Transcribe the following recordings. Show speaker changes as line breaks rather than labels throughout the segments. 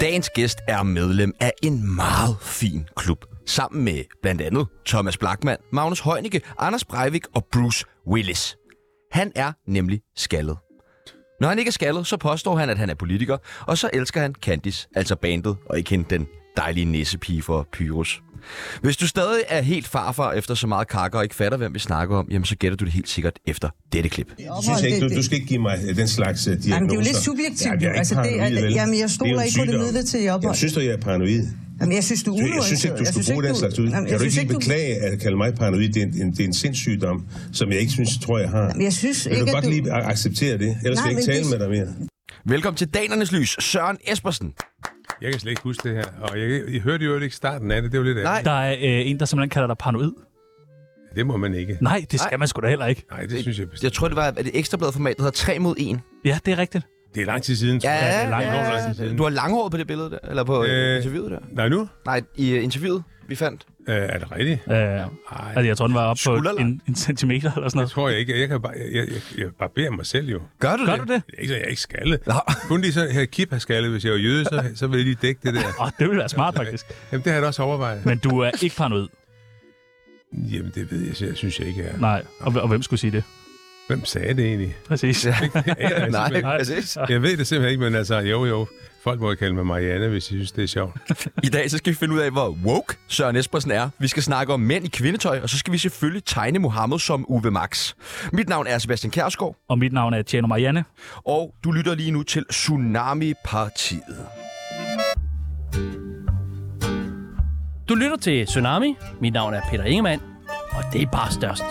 Dagens gæst er medlem af en meget fin klub. Sammen med blandt andet Thomas Blachman, Magnus Heunicke, Anders Breivik og Bruce Willis. Han er nemlig skaldet. Når han ikke er skaldet, så påstår han, at han er politiker, og så elsker han Candice, altså bandet, og ikke hende den dejlige nissepige for Pyrus. Hvis du stadig er helt farfar efter så meget kakker og ikke fatter, hvem vi snakker om, jamen så gætter du det helt sikkert efter dette klip.
Jeg synes ikke, du skal ikke give mig den slags diagnoser.
Jamen, det er jo lidt subjektivt. Jamen, jeg stoler ikke på det midlertidige ophold.
Jeg synes, at jeg er paranoid.
Jamen, jeg synes, du er
Jeg synes ikke, du skulle bruge den slags ud. Kan du ikke beklage at kalde mig paranoid? Det er en sindssygdom, som jeg ikke tror, jeg har.
Jamen, jeg synes
ikke,
du
godt lige acceptere det. Ellers vil jeg ikke tale med dig mere.
Velkommen til Danernes Lys, Søren Espersen.
Jeg kan slet ikke huske det her, og jeg hørte jo ikke starten af det. Det var lidt af.
Der er en, der simpelthen kalder dig paranoid.
Det må man ikke.
Nej, det skal man sgu da heller ikke.
Nej, det synes jeg bestemt.
Jeg tror, det var et ekstrabladformat, der hedder 3 mod 1.
Ja, det er rigtigt.
Det er lang tid siden.
Ja,
det er lang tid siden.
Du har langhåret på det billede der, eller på interviewet der?
Nej, nu?
Nej, i interviewet, vi fandt.
Er det rigtigt?
Altså, jeg tror, den var oppe på en centimeter eller sådan noget.
Det tror jeg ikke. Jeg barberer mig selv jo.
Gør du det?
Jeg er ikke skaldet. Kun lige så her kip har skaldet. Hvis jeg var jøde, så ville jeg lige dække det der.
Det ville være smart, faktisk.
Jamen, det har jeg da også overvejet.
Men du er ikke paranoid?
Jamen, det ved jeg synes jeg ikke er.
Nej, og hvem skulle sige det?
Hvem sagde det egentlig?
Præcis.
Nej, præcis.
Jeg ved det simpelthen ikke, men altså, jo. Folk må kalde mig Marianne, hvis I synes, det er sjovt.
I dag så skal vi finde ud af, hvor woke Søren Espersen er. Vi skal snakke om mænd i kvindetøj, og så skal vi selvfølgelig tegne Mohammed som Uwe Max. Mit navn er Sebastian Kjærsgaard.
Og mit navn er Tjano Marianne.
Og du lytter lige nu til Tsunami-partiet.
Du lytter til Tsunami. Mit navn er Peter Ingemann, og det er bare størst.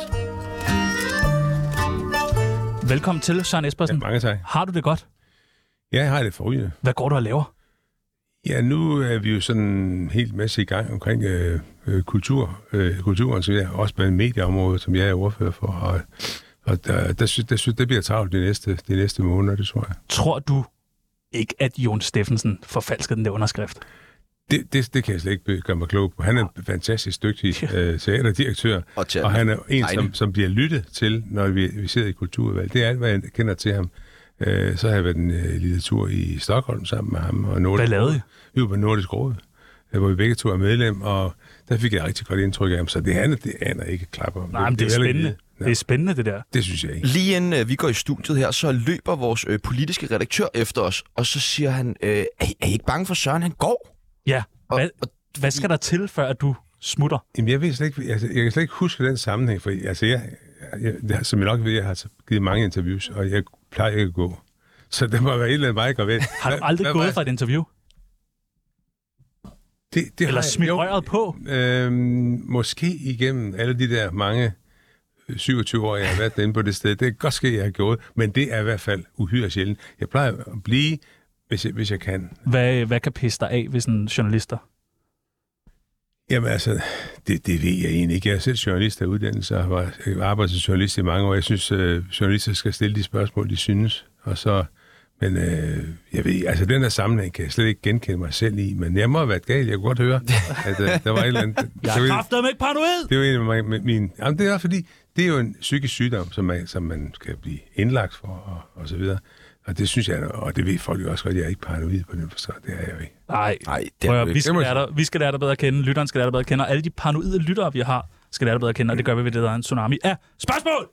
Velkommen til, Søren Espersen.
Ja, mange tak. Har
du det godt?
Ja, jeg har det forrygende.
Hvad går du og laver?
Ja, nu er vi jo sådan en helt masse i gang omkring kulturen, så jeg også på en medieområde, som jeg er ordfører for. Og det bliver travlt de næste måneder, det tror jeg.
Tror du ikke, at Jon Steffensen forfalskede den der underskrift?
Det kan jeg slet ikke gøre mig klog på. Han er en fantastisk dygtig teaterdirektør, og han er en, som bliver lyttet til, når vi sidder i kulturudvalget. Det er alt, hvad jeg kender til ham. Så har jeg været en lille tur i Stockholm sammen med ham. Og
hvad lavede I?
Vi var på Nordisk Råd, hvor vi begge to er medlem, og der fik jeg rigtig godt indtryk af ham. Så det aner ikke klapper.
Nej, men det er spændende. Det er spændende, det der.
Det synes jeg ikke.
Lige inden vi går i studiet her, så løber vores politiske redaktør efter os, og så siger han, er I ikke bange for Søren, han går?
Ja, hvad skal der til, før at du smutter?
Jamen, jeg kan slet ikke huske den sammenhæng, for som jeg nok ved, jeg har givet mange interviews, og jeg plejer ikke at gå. Så det må være et eller andet meget godt ved.
Har du aldrig gået fra et interview? Eller smidt røret på?
Måske igennem alle de der mange 27 år, jeg har været derinde på det sted. Det kan godt ske, jeg har gået, men det er i hvert fald uhyre sjældent. Jeg plejer at blive, hvis jeg kan.
Hvad kan pisse dig af ved sådan en journalister?
Jamen altså, det ved jeg egentlig ikke. Jeg er selv journalist af uddannelse og har arbejdet som journalist i mange år. Jeg synes, journalister skal stille de spørgsmål, de synes. Og så, men jeg ved, altså den her sammenhæng kan jeg slet ikke genkende mig selv i, men jeg må have været gal. Jeg kunne godt høre, at der var et eller andet...
Jeg er kraftedeme ikke paranoid!
Det er jo en af mine... Jamen det er fordi, det er jo en psykisk sygdom, som man skal blive indlagt for og så videre. Og det synes jeg, og det ved folk jo også godt, jeg er ikke paranoid på den forstånd. Det er jeg jo ikke.
Nej, vi skal lære dig bedre at kende, lytteren skal lære dig bedre at kende, og alle de paranoide lyttere, vi har, skal lære dig bedre at kende, og det gør vi ved det, der er en tsunami af spørgsmål!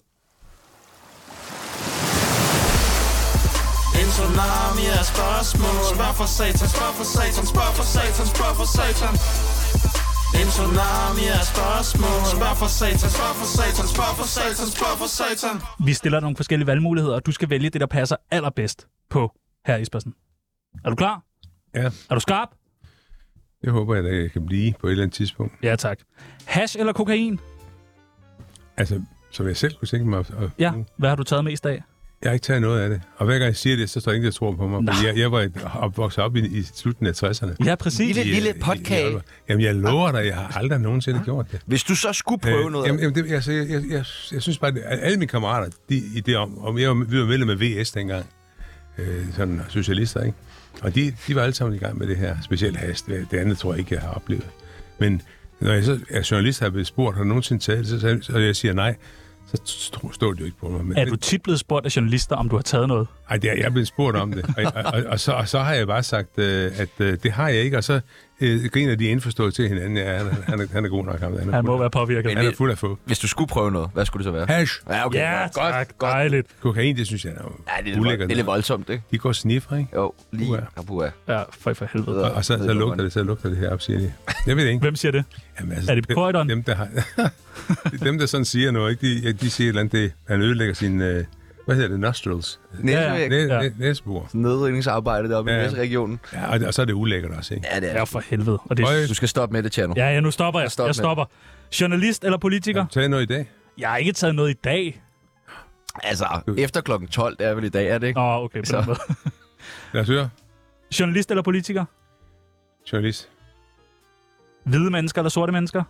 En tsunami af spørgsmål. Spørg for satan, spørg for satan, spørg for satan, spørg for satan. En tsunami af spørgsmål. Spørg for satan, spørg for satan, spørg for satan, spørg for satan.
Vi stiller nogle forskellige valgmuligheder, og du skal vælge det, der passer allerbedst på hr. Espersen. Er du klar?
Ja.
Er du skarp?
Jeg håber, at jeg kan blive på et eller andet tidspunkt.
Ja, tak. Hash eller kokain?
Altså, som jeg selv kunne tænke mig at...
Ja, hvad har du taget mest af?
Jeg har ikke taget noget af det. Og hver gang jeg siger det, så står ingen, der tror på mig. Jeg var vokset op i slutningen af 60'erne.
Ja, præcis.
Lille podcast.
Jamen, jeg lover dig, jeg har aldrig nogensinde gjort det.
Hvis du så skulle prøve noget...
Jeg synes bare, at alle mine kammerater, vi var medlem af VS dengang, sådan socialister, ikke? Og de var alle sammen i gang med det her, specielt hast. Det andet tror jeg ikke, jeg har oplevet. Men når jeg så er journalist, har blevet spurgt, har du nogensinde taget det, så jeg siger nej, så står det jo ikke på mig. Men
er du tit blevet spurgt af journalister, om du har taget noget?
Ej, jeg er blevet spurgt om det, og så har jeg bare sagt, at det har jeg ikke, og så griner de indforstået til hinanden. Ja, han er god nok.
Han må være påvirket.
Han er fuld af få.
Hvis du skulle prøve noget, hvad skulle det så være?
Hash.
Ja, okay.
Ja,
godt.
Dejligt.
Kokain, det synes jeg er ulækkert.
Det er lidt voldsomt, ikke?
De går sniffer, ikke?
Jo, lige.
Ja, for helvede.
Og så lugter det her op, siger de. Jeg ved ikke.
Hvem siger det?
Jamen, altså,
er det Corydon?
Dem, der sådan siger noget, ikke? De siger et eller andet, han ødelægger sin... hvad hedder det? Nostrils? Næsebor.
Nedrivningsarbejde deroppe i næseregionen.
Ja, og så er det ulækkert også, ikke?
Ja, det er for helvede. Og det...
Du skal stoppe med det, Tjerno.
Ja, nu stopper jeg. Jeg stopper. Journalist eller politiker?
Har du taget noget i dag?
Jeg har ikke taget noget i dag.
Altså, efter klokken 12, det er vel i dag, er det ikke?
Okay, på den måde.
Lad os høre.
Journalist eller politiker?
Journalist.
Hvide mennesker eller sorte mennesker?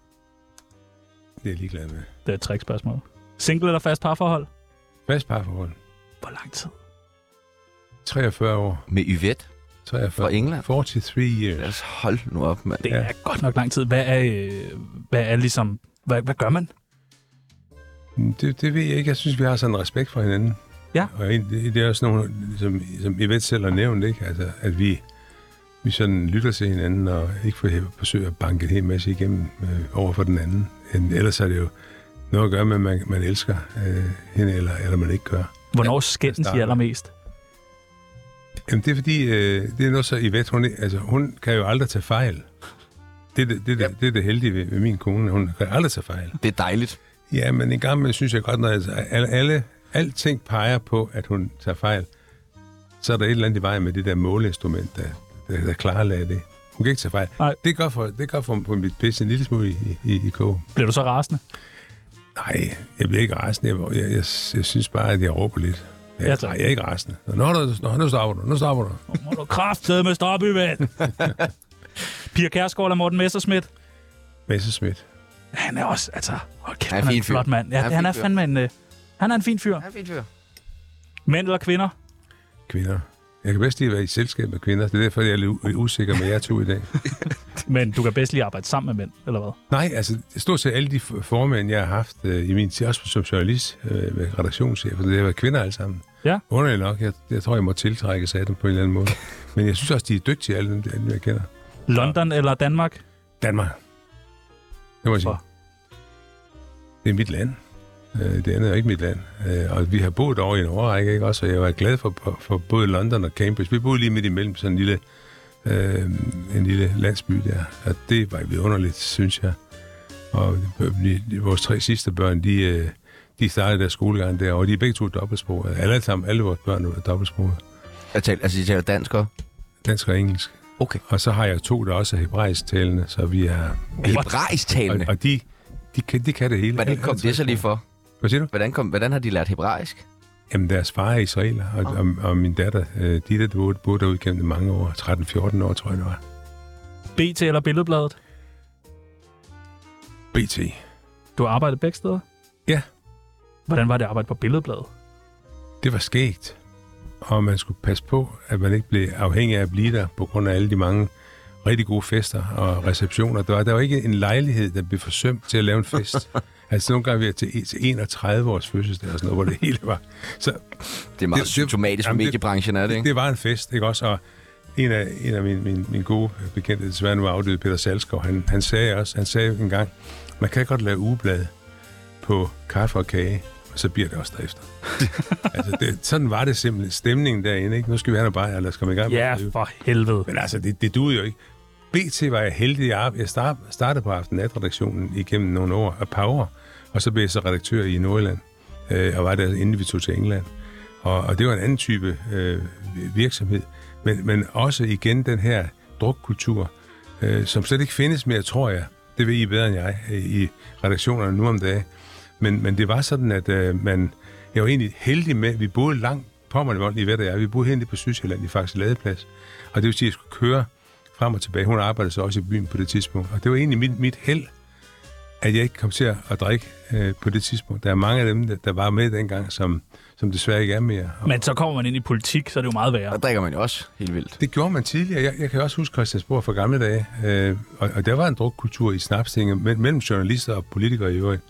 Det er jeg ligeglad med.
Det er et trickspørgsmål. Single eller fast parforhold?
Fast parforhold.
Hvor lang tid?
43 år.
Med Yvette?
43.
Fra England?
43 years.
Lad os holde nu op, mand.
Det er godt nok lang tid. Hvad er ligesom... Hvad gør man?
Det ved jeg ikke. Jeg synes, vi har sådan en respekt for hinanden.
Ja.
Og det er også nogle, som Yvette selv har nævnt, ikke? Altså, at vi sådan lytter til hinanden, og ikke forsøger at banke en hel masse igennem over for den anden. Ellers er det jo noget at gøre med, at man elsker hende, eller man ikke gør.
Hvornår skændes I allermest?
Jamen, det er fordi, det er noget så Yvette, hun kan jo aldrig tage fejl. Det er det heldige ved min kone. Hun kan aldrig tage fejl.
Det er dejligt.
Ja, men en gang synes jeg godt, når alting peger på, at hun tager fejl, så er der et eller andet i vejen med det der måleinstrument, der klarlægger det. Hun kan ikke tage fejl. Nej. Det gør for mit pisse en lille smule i kog.
Bliver du så rasende?
Nej, jeg bliver ikke rasende. Jeg synes bare, at jeg råber lidt. Jeg er ikke rasende. Nu stopper du. Nu
må du kraftedeme stoppe, Yvette. Pia Kjærsgaard eller Morten Messerschmidt?
Messerschmidt.
Han er også, han er en flot mand. Ja, han er fandme han er en fin fyr.
Han er en fin fyr.
Mænd eller kvinder?
Kvinder. Jeg kan bedst lide at være i selskab med kvinder. Det er derfor, jeg er lidt usikker med jer to i dag.
Men du kan bedst lide at arbejde sammen med mænd, eller hvad?
Nej, altså stort set alle de formænd, jeg har haft i min tid, også som journalist med redaktionschef, det har været kvinder alle sammen.
Ja.
Underligt nok. Jeg tror, jeg må tiltrække sig af dem på en eller anden måde. Men jeg synes også, de er dygtige, alle dem, jeg kender.
London eller Danmark?
Danmark. Det må jeg sige. Det er mit land. Det andet er ikke mit land. Og vi har boet over i en årrække, ikke også? Og jeg var glad for både London og Cambridge. Vi boede lige midt imellem sådan en lille landsby der. Og det var vidunderligt, synes jeg. Og vores 3 sidste børn, de startede deres skolegang der, og de er begge to dobbeltsprogede. Alle vores børn er dobbeltsprogede.
Altså, de taler dansk og?
Dansk og engelsk.
Okay.
Og så har jeg 2, der også er hebraisk talende, så vi er...
Hebraisk talende?
Og de kan det hele.
Hvordan kom det så lige for?
Hvad siger du?
Hvordan har de lært hebraisk?
Jamen, deres far er israeler, og min datter, de der boede derude gennem mange år. 13-14 år, tror jeg, det var.
BT eller Billedbladet?
BT.
Du har arbejdet begge steder?
Ja.
Hvordan var det at arbejde på Billedbladet?
Det var skægt. Og man skulle passe på, at man ikke blev afhængig af at blive der, på grund af alle de mange rigtig gode fester og receptioner. Der var ikke en lejlighed, der blev forsømt til at lave en fest. Altså nogle gange vi er til 31 års fødselsdag og sådan noget, hvor det hele var. Så,
det er meget symptomatisk for mediebranchen, er det ikke?
Det var en fest, ikke også? Og en af mine gode bekendte, desværre nu afdøde, Peter Salskov, han sagde en gang, man kan godt lave ugeblad på kaffe og kage, og så bliver det også derefter. Altså, sådan var det simpelthen. Stemningen derinde, ikke? Nu skal vi have noget bare, lad os komme i gang med
det. Ja, for helvede.
Men altså, det duede jo ikke. BT var jeg heldig. Jeg startede på Aften-Nat-redaktionen igennem nogle år, et par år, og så blev jeg så redaktør i Nordjylland, og var der inden vi tog til England. Og det var en anden type virksomhed, men også igen den her drukkultur, som slet ikke findes mere, tror jeg. Det ved I bedre end jeg i redaktionerne nu om dagen. Men det var sådan, at jeg var egentlig heldig med, at vi boede langt på i Vetter. Vi boede helt på Sydsjælland i faktisk Ladeplads. Og det vil sige, at jeg skulle køre frem og tilbage. Hun arbejdede så også i byen på det tidspunkt. Og det var egentlig mit held, at jeg ikke kom til at drikke på det tidspunkt. Der er mange af dem, der var med dengang, som desværre ikke er mere.
Men så kommer man ind i politik, så er det jo meget værre.
Der drikker man jo også helt vildt.
Det gjorde man tidligere. Jeg kan også huske Christiansborg fra gamle dage. Og der var en drukkultur i Snapstinget mellem journalister og politikere i øvrigt.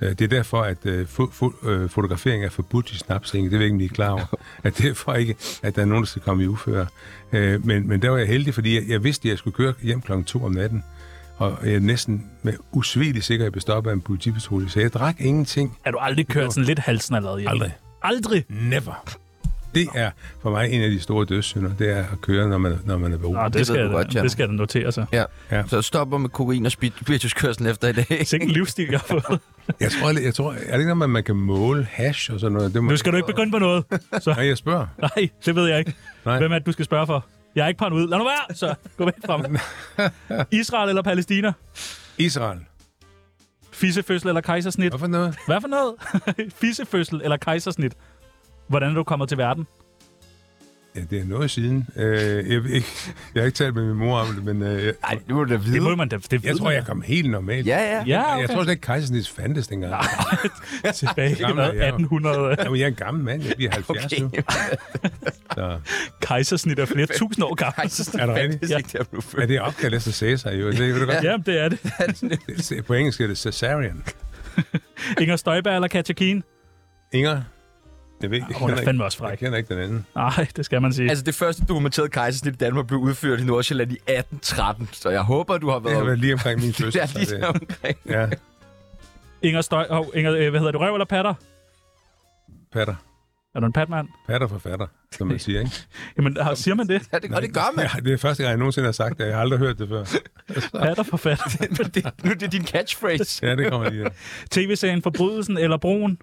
Det er derfor, at fotografering er forbudt i Snapstinget. Det ved jeg ikke, om I er klar over. At det er for ikke, at der er nogen, der skal komme i uføre. Men der var jeg heldig, fordi jeg vidste, at jeg skulle køre hjem 2:00 om natten. Og jeg er næsten med usvigelig sikker, at jeg blev stoppet af en politipatrulje. Så jeg drak ingenting.
Er du aldrig kørt sådan lidt halsnalleret hjem?
Aldrig.
Aldrig?
Never. Det er for mig en af de store dødssynder, det er at køre, når man er vågen.
Nå, det skal da notere sig.
Ja. Så stopper med kokain og spirituskørslen efter i dag.
Det er ikke en livsstil, jeg har fået.
Jeg tror, er det ikke noget, man kan måle hash og sådan noget?
Nu skal du ikke begynde på noget. Så.
Nej, jeg spørger.
Nej, det ved jeg ikke.
Nej.
Hvem er det, du skal spørge for? Jeg er ikke paranoid. Lad nu være, så gå væk fra mig. Israel eller Palæstina?
Israel.
Fissefødsel eller kejsersnit?
Hvad for noget?
Hvad for noget? Fissefødsel eller kejsersnit? Hvordan er du kommet til verden?
Ja, det er noget siden. Jeg har ikke talt med min mor om det, men...
Nej, det må du da vide.
Det må man da.
Jeg tror, jeg kom helt normalt.
Ja,
okay.
Jeg tror slet ikke, kejsersnit fandtes dengang.
Nej, tilbage i 1800.
Jamen, jeg er en gammel mand. Jeg bliver 70 nu. Så.
Kejsersnit er flere tusind år gammel.
Er det rigtigt? Ja, det er opkaldt efter Cæsar, jo. Det ved du godt.
Jamen, det er det.
På engelsk er det Caesarian.
Inger Støjberg eller Katja Kien?
Inger? Jeg ved,
hun er fandme også fræk.
Jeg kender ikke den anden.
Nej, det skal man sige.
Altså, det første dokumenterede kejsersnit i Danmark blev udført i Nordsjælland i 1813, så jeg håber, du har været...
Det har været lige omkring min fødsel.
Det er lige der omkring.
Ja.
Inger, hvad hedder det? Røv eller patter?
Patter.
Er du en patmand?
Patter for fatter, som man siger, ikke?
Jamen, siger man det?
Ja, det gør man.
Ja, det er første gang, jeg nogensinde har sagt det. Jeg har aldrig hørt det før.
Patter for fatter.
Nu er det din catchphrase.
Ja, det kommer lige der.
TV-serien Forbrydelsen eller Broen?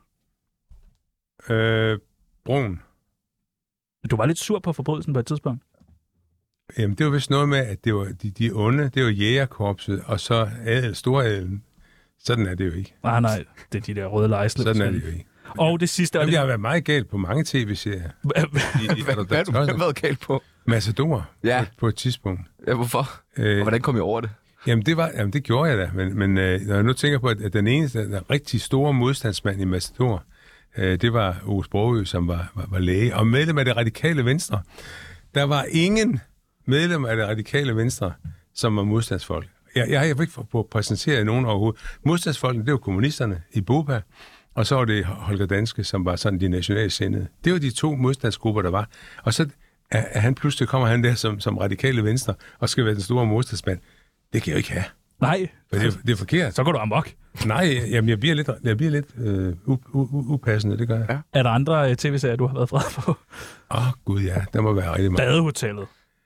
Broen.
Du var lidt sur på Forbrydelsen på et tidspunkt.
Jamen, det var vist noget med, at det var de onde, det var jægerkorpset, og så storadelen. Sådan er det jo ikke.
Nej, det er de der røde lejeslæb.
Sådan er det jo ikke.
Og det sidste...
Jamen, jeg har været meget galt på mange tv-serier.
Hvad har du været galt på?
Matador.
Ja.
På et tidspunkt.
Ja, hvorfor? Og hvordan kom I over det?
Jamen, det gjorde jeg da. Men når jeg nu tænker på, at den eneste, der rigtig store modstandsmand i Matador, det var Ove Sprogøe, som var læge. Og medlem af det radikale Venstre. Der var ingen medlem af det radikale Venstre, som var modstandsfolk. Jeg har ikke fået præsenteret nogen overhovedet. Modstandsfolkene, det var kommunisterne i BOPA, og så var det Holger Danske, som var sådan de nationale sindede. Det var de to modstandsgrupper, der var. Og så kommer han der som radikale Venstre, og skal være den store modstandsmand. Det kan jeg jo ikke have.
Nej.
Det er forkert.
Så går du amok.
Nej, jamen jeg bliver lidt upassende, det gør jeg. Ja.
Er der andre tv-serier, du har været vred på?
Gud ja, der må være rigtig meget.
Badehotellet.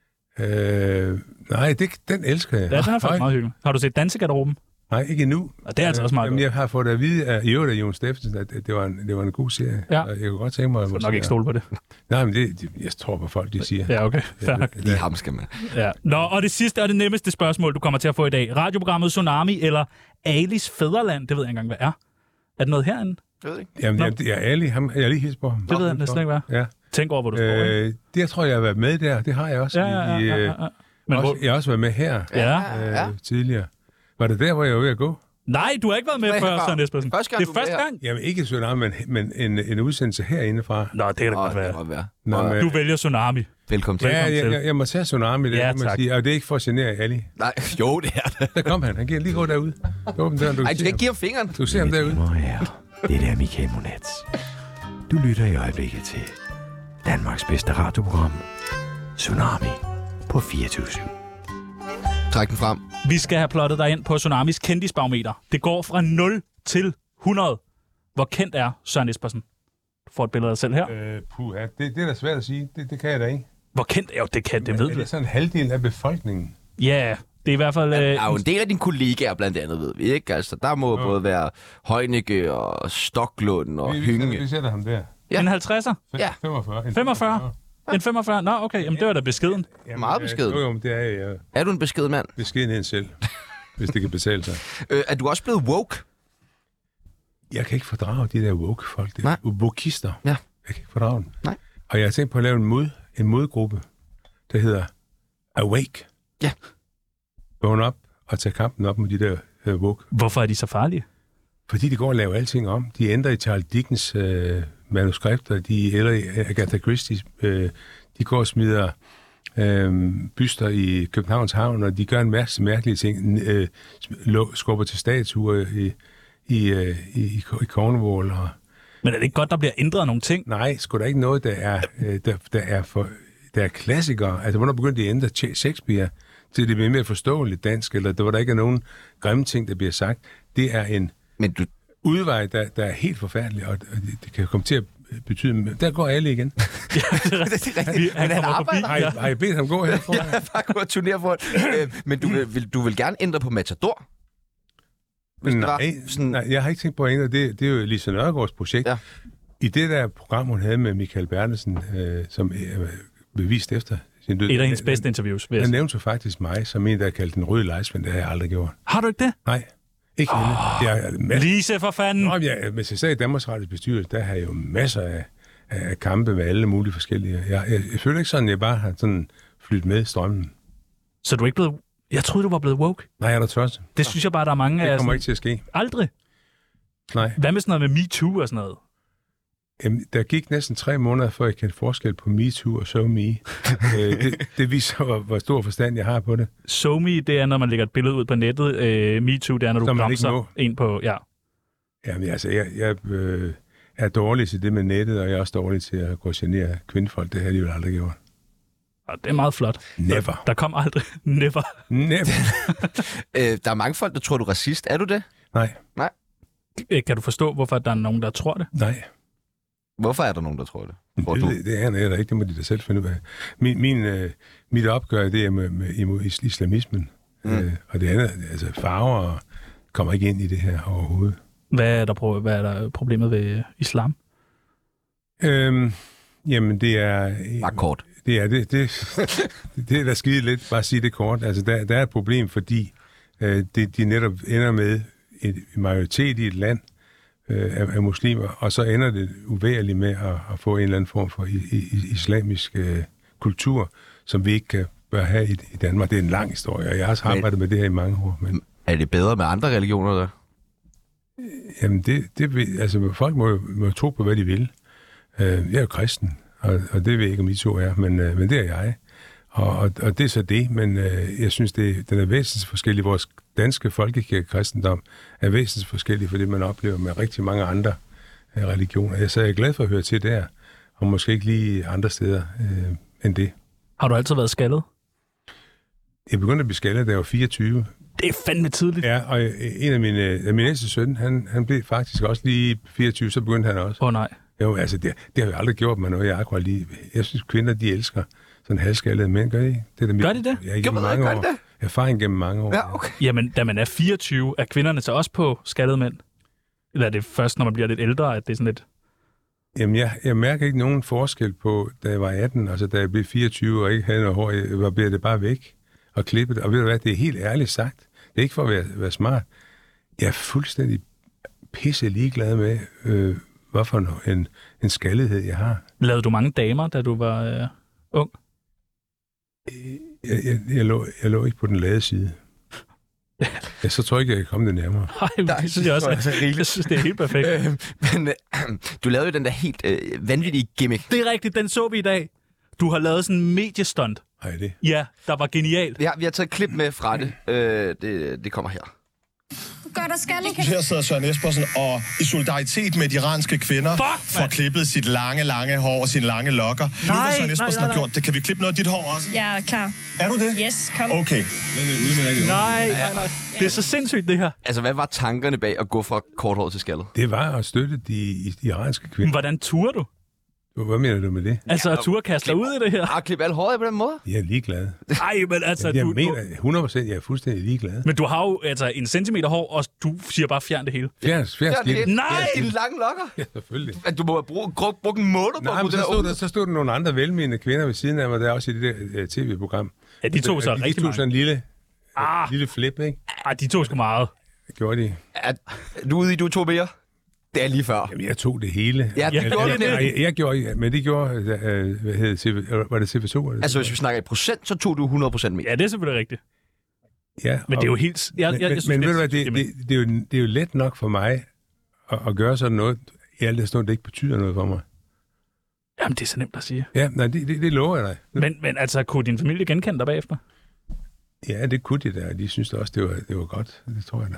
Nej, den elsker jeg.
Ja, den er faktisk meget hyggelig. Har du set Dansegarderoben?
Nej, ikke endnu.
Og det er altså også meget godt.
Jeg har fået at vide af Jon Steffensen, at det var en god serie.
Ja.
Jeg kunne godt tænke mig...
Jeg skal nok ikke stole på det.
Nej, men jeg tror på folk, de siger.
Ja, okay.
Lige ham skal man.
Ja. Nå, og det sidste og det nemmeste spørgsmål, du kommer til at få i dag. Radioprogrammet Tsunami eller Alis Fædreland? Det ved jeg ikke engang, hvad er. Er det noget herinde?
Jeg ved ikke.
Jamen, jeg er Ali. Jeg er lige hilst på ham.
Det ved jeg næsten ikke, hvad.
Ja.
Tænk over, hvor du står.
Det tror jeg har været med der. Det har jeg også.
Ja.
Men jeg har også været med her tidligere. Var det der, hvor jeg var ved at gå?
Nej, du har ikke været med før, Søren Espersen. Det er første gang.
Jamen ikke Tsunami, men en udsendelse herindefra.
Nå, det kan da godt være. Du vælger Tsunami.
Velkommen til.
Jeg må tage Tsunami, det kan man sige. Og det er ikke for at genere Ali.
Nej, jo, det er det.
Der kom han. Han kan lige gå derud.
Nej, du skal ikke give ham fingeren.
Du ser ham derude.
Det er Michael Monats. Du lytter i øjeblikket til Danmarks bedste radioprogram, Tsunami på 24/7.
Træk den frem.
Vi skal have plottet dig ind på Tsunamis kendisbarometer. Det går fra 0 til 100. Hvor kendt er Søren Espersen? Du får et billede af dig selv her.
Det er da svært at sige. Det kan jeg da ikke.
Hvor kendt er jo det kan, det ved du.
Det er sådan en halvdel af befolkningen.
Ja, det er i hvert fald...
Der er jo en del af dine kollegaer blandt andet, ved vi ikke? Altså, der må både være Heunicke og Stoklund og Hynge.
Vi sætter ham der.
Ja. En 50'er?
Ja.
45.
En 45? En 45? Nå, okay. Jamen, det var da beskeden.
Jamen, meget beskeden.
Jo, det er jeg.
Er du en beskeden mand?
Beskeden en selv, hvis det kan betale sig.
Er du også blevet woke?
Jeg kan ikke fordrage de der woke-folk.
Nej.
Wokister.
Ja.
Jeg kan ikke fordrage dem.
Nej.
Og jeg har tænkt på at lave en modgruppe, der hedder Awake.
Ja.
Vågn op og tage kampen op med de der woke.
Hvorfor er de så farlige?
Fordi de går og laver alting om. De ændrer i Charles Dickens manuskripter, eller i Agatha Christie. De går og smider byster i Københavns Havn, og de gør en masse mærkelige ting. Skubber til statuer i Cornwall.
Men er det ikke godt, der bliver ændret nogle ting?
Nej, sgu da ikke noget, der er klassikere. Altså, hvornår begyndte de at ændre Shakespeare til det bliver mere forståeligt dansk, eller der var der ikke nogen grimme ting, der bliver sagt. Det er en udvej, der er helt forfærdelig, og det kan komme til at betyde... Der går alle igen.
Ja, det er rigtigt. Men han arbejder.
Har I bedt ham gå herfra?
Ja, bare gå og turnere for men du vil gerne ændre på Matador?
Nej, jeg har ikke tænkt på at ændre. Det er jo Lise Nørgaards projekt. Ja. I det der program, hun havde med Michael Bertelsen, som blev vist efter sin død.
Et af hendes bedste interviews.
Han nævnte faktisk mig som en, der kaldte den røde lejsvind. Det har jeg aldrig gjort.
Har du ikke det?
Nej. Ikke
Lise, for fanden!
Nå, hvis jeg sagde i Danmarks Radios bestyrelse, der har jeg jo masser af kampe med alle mulige forskellige. Jeg føler ikke sådan, at jeg bare har sådan flyttet med strømmen.
Så du er ikke blevet... Jeg troede, du var blevet woke.
Nej, jeg er da tørst.
Det synes jeg bare, der er mange af...
Det kommer ikke til at ske.
Aldrig?
Nej.
Hvad med sådan noget med MeToo og sådan noget?
Jamen, der gik næsten 3 måneder, før jeg kendte forskel på MeToo og SoMe. det viser, hvor stor forstand jeg har på det.
SoMe, det er, når man lægger et billede ud på nettet. MeToo, det er, når du bremser en på... Ja.
Jamen, altså, jeg er dårlig til det med nettet, og jeg er også dårlig til at gå og genere kvindefolk. Det har de jo aldrig gjort.
Og det er meget flot.
Never.
Der kom aldrig. Never.
Der er mange folk, der tror, du er racist. Er du det?
Nej.
Kan du forstå, hvorfor der er nogen, der tror det?
Nej.
Hvorfor er der nogen, der tror det?
Det er der ikke. Det må de da selv finde ud af. Mit opgør, det er imod islamismen. Og det andet, altså farver, kommer ikke ind i det her overhovedet. Hvad
er der problemet ved islam?
Jamen, det er...
Bare kort.
Det er det er da skide lidt, bare sige det kort. Altså, der er et problem, fordi de netop ender med en majoritet i et land af muslimer, og så ender det uværligt med at få en eller anden form for islamisk kultur, som vi ikke bør have i Danmark. Det er en lang historie, og jeg har også arbejdet med det her i mange år. Men...
Er det bedre med andre religioner, der?
Jamen, altså, folk må tro på, hvad de vil. Jeg er jo kristen, og det ved jeg ikke, om I to er, men det er jeg. Og det er så det, men jeg synes, den er væsensforskellig. Vores danske folkekirkekristendom er væsensforskellig, fordi man oplever med rigtig mange andre religioner. Så jeg er glad for at høre til der, og måske ikke lige andre steder end det.
Har du altid været skaldet?
Jeg begyndte at blive skaldet, da jeg var 24.
Det er fandme tidligt.
Ja, og en af min ældste søn, han blev faktisk også lige 24, så begyndte han også.
Nej.
Jo, altså det har vi aldrig gjort med noget. Jeg synes, kvinder, de elsker sådan halvskaldede mænd, gør de ikke?
Gør de det?
Ja, gennem mange år. Erfaring gennem mange år.
Ja, okay.
Jamen, da man er 24, er kvinderne så også på skaldede mænd? Eller er det først, når man bliver lidt ældre, at det er sådan lidt...
Jamen, jeg mærker ikke nogen forskel på, da jeg var 18, altså da jeg blev 24 og ikke havde noget hår, jeg blev det bare væk og klippet. Og ved du hvad, det er helt ærligt sagt. Det er ikke for at være smart. Jeg er fuldstændig pisse ligeglad med, hvorfor en skaldighed jeg har.
Lavede du mange damer, da du var ung?
Jeg lå ikke på den lade side. Ja, så tror jeg ikke, jeg kan komme det nærmere.
Nej, det synes jeg også. Jeg synes, det er helt perfekt.
Men du lavede jo den der helt vanvittige gimmick.
Det er rigtigt, den så vi i dag. Du har lavet sådan en mediestunt.
Ej, det?
Ja, der var genialt.
Ja, vi har taget et klip med fra det. Det kommer her.
Gør der skal ikke.
Her sidder Søren Espersen og i solidaritet med de iranske kvinder får klippet sit lange hår og sine lange lokker. Nu hvad Søren Espersen har gjort det. Kan vi klippe noget af dit hår også?
Jeg er klar.
Er du det?
Yes, kom.
Okay.
Nej. Det er så sindssygt, det her.
Altså, hvad var tankerne bag at gå fra korthåret til skaldet?
Det var at støtte de iranske kvinder.
Hvordan turde du?
Hvad mener du med det?
Altså, at turde kaste dig ud i det her?
Har klippet alle håret på den måde?
Jeg er ligeglad.
Nej, men altså...
Jeg mener 100%, jeg er fuldstændig ligeglad.
Men du har jo altså 1 centimeter hår, og du siger bare fjern det hele.
Fjern det.
Nej!
Dine lange lokker?
Ja, selvfølgelig.
At du må have brugt en måned på at bruge det.
Så stod der nogle andre velmenende kvinder ved siden af mig, der også i det der tv-program.
Ja, de tog så rigtig meget.
De tog sådan en lille flip, ikke?
De tog sgu meget.
Det gjorde de.
Du ude i, du tog mere? Det er lige før.
Jamen, jeg tog det hele.
Ja, det gjorde det.
Jeg gjorde, men det gjorde, var det CV2?
Altså, hvis vi snakker i procent, så tog du 100% mere.
Ja, det er selvfølgelig rigtigt.
Ja,
men det er jo helt...
Men ved du hvad, det er jo let nok for mig at gøre sådan noget, i alt det stund, det ikke betyder noget for mig.
Jamen, det er så nemt at sige.
Ja, nej, det lover jeg dig.
Men altså, kunne din familie genkende dig bagefter?
Ja, det kunne de da. De synes da også, det var godt. Det tror jeg da.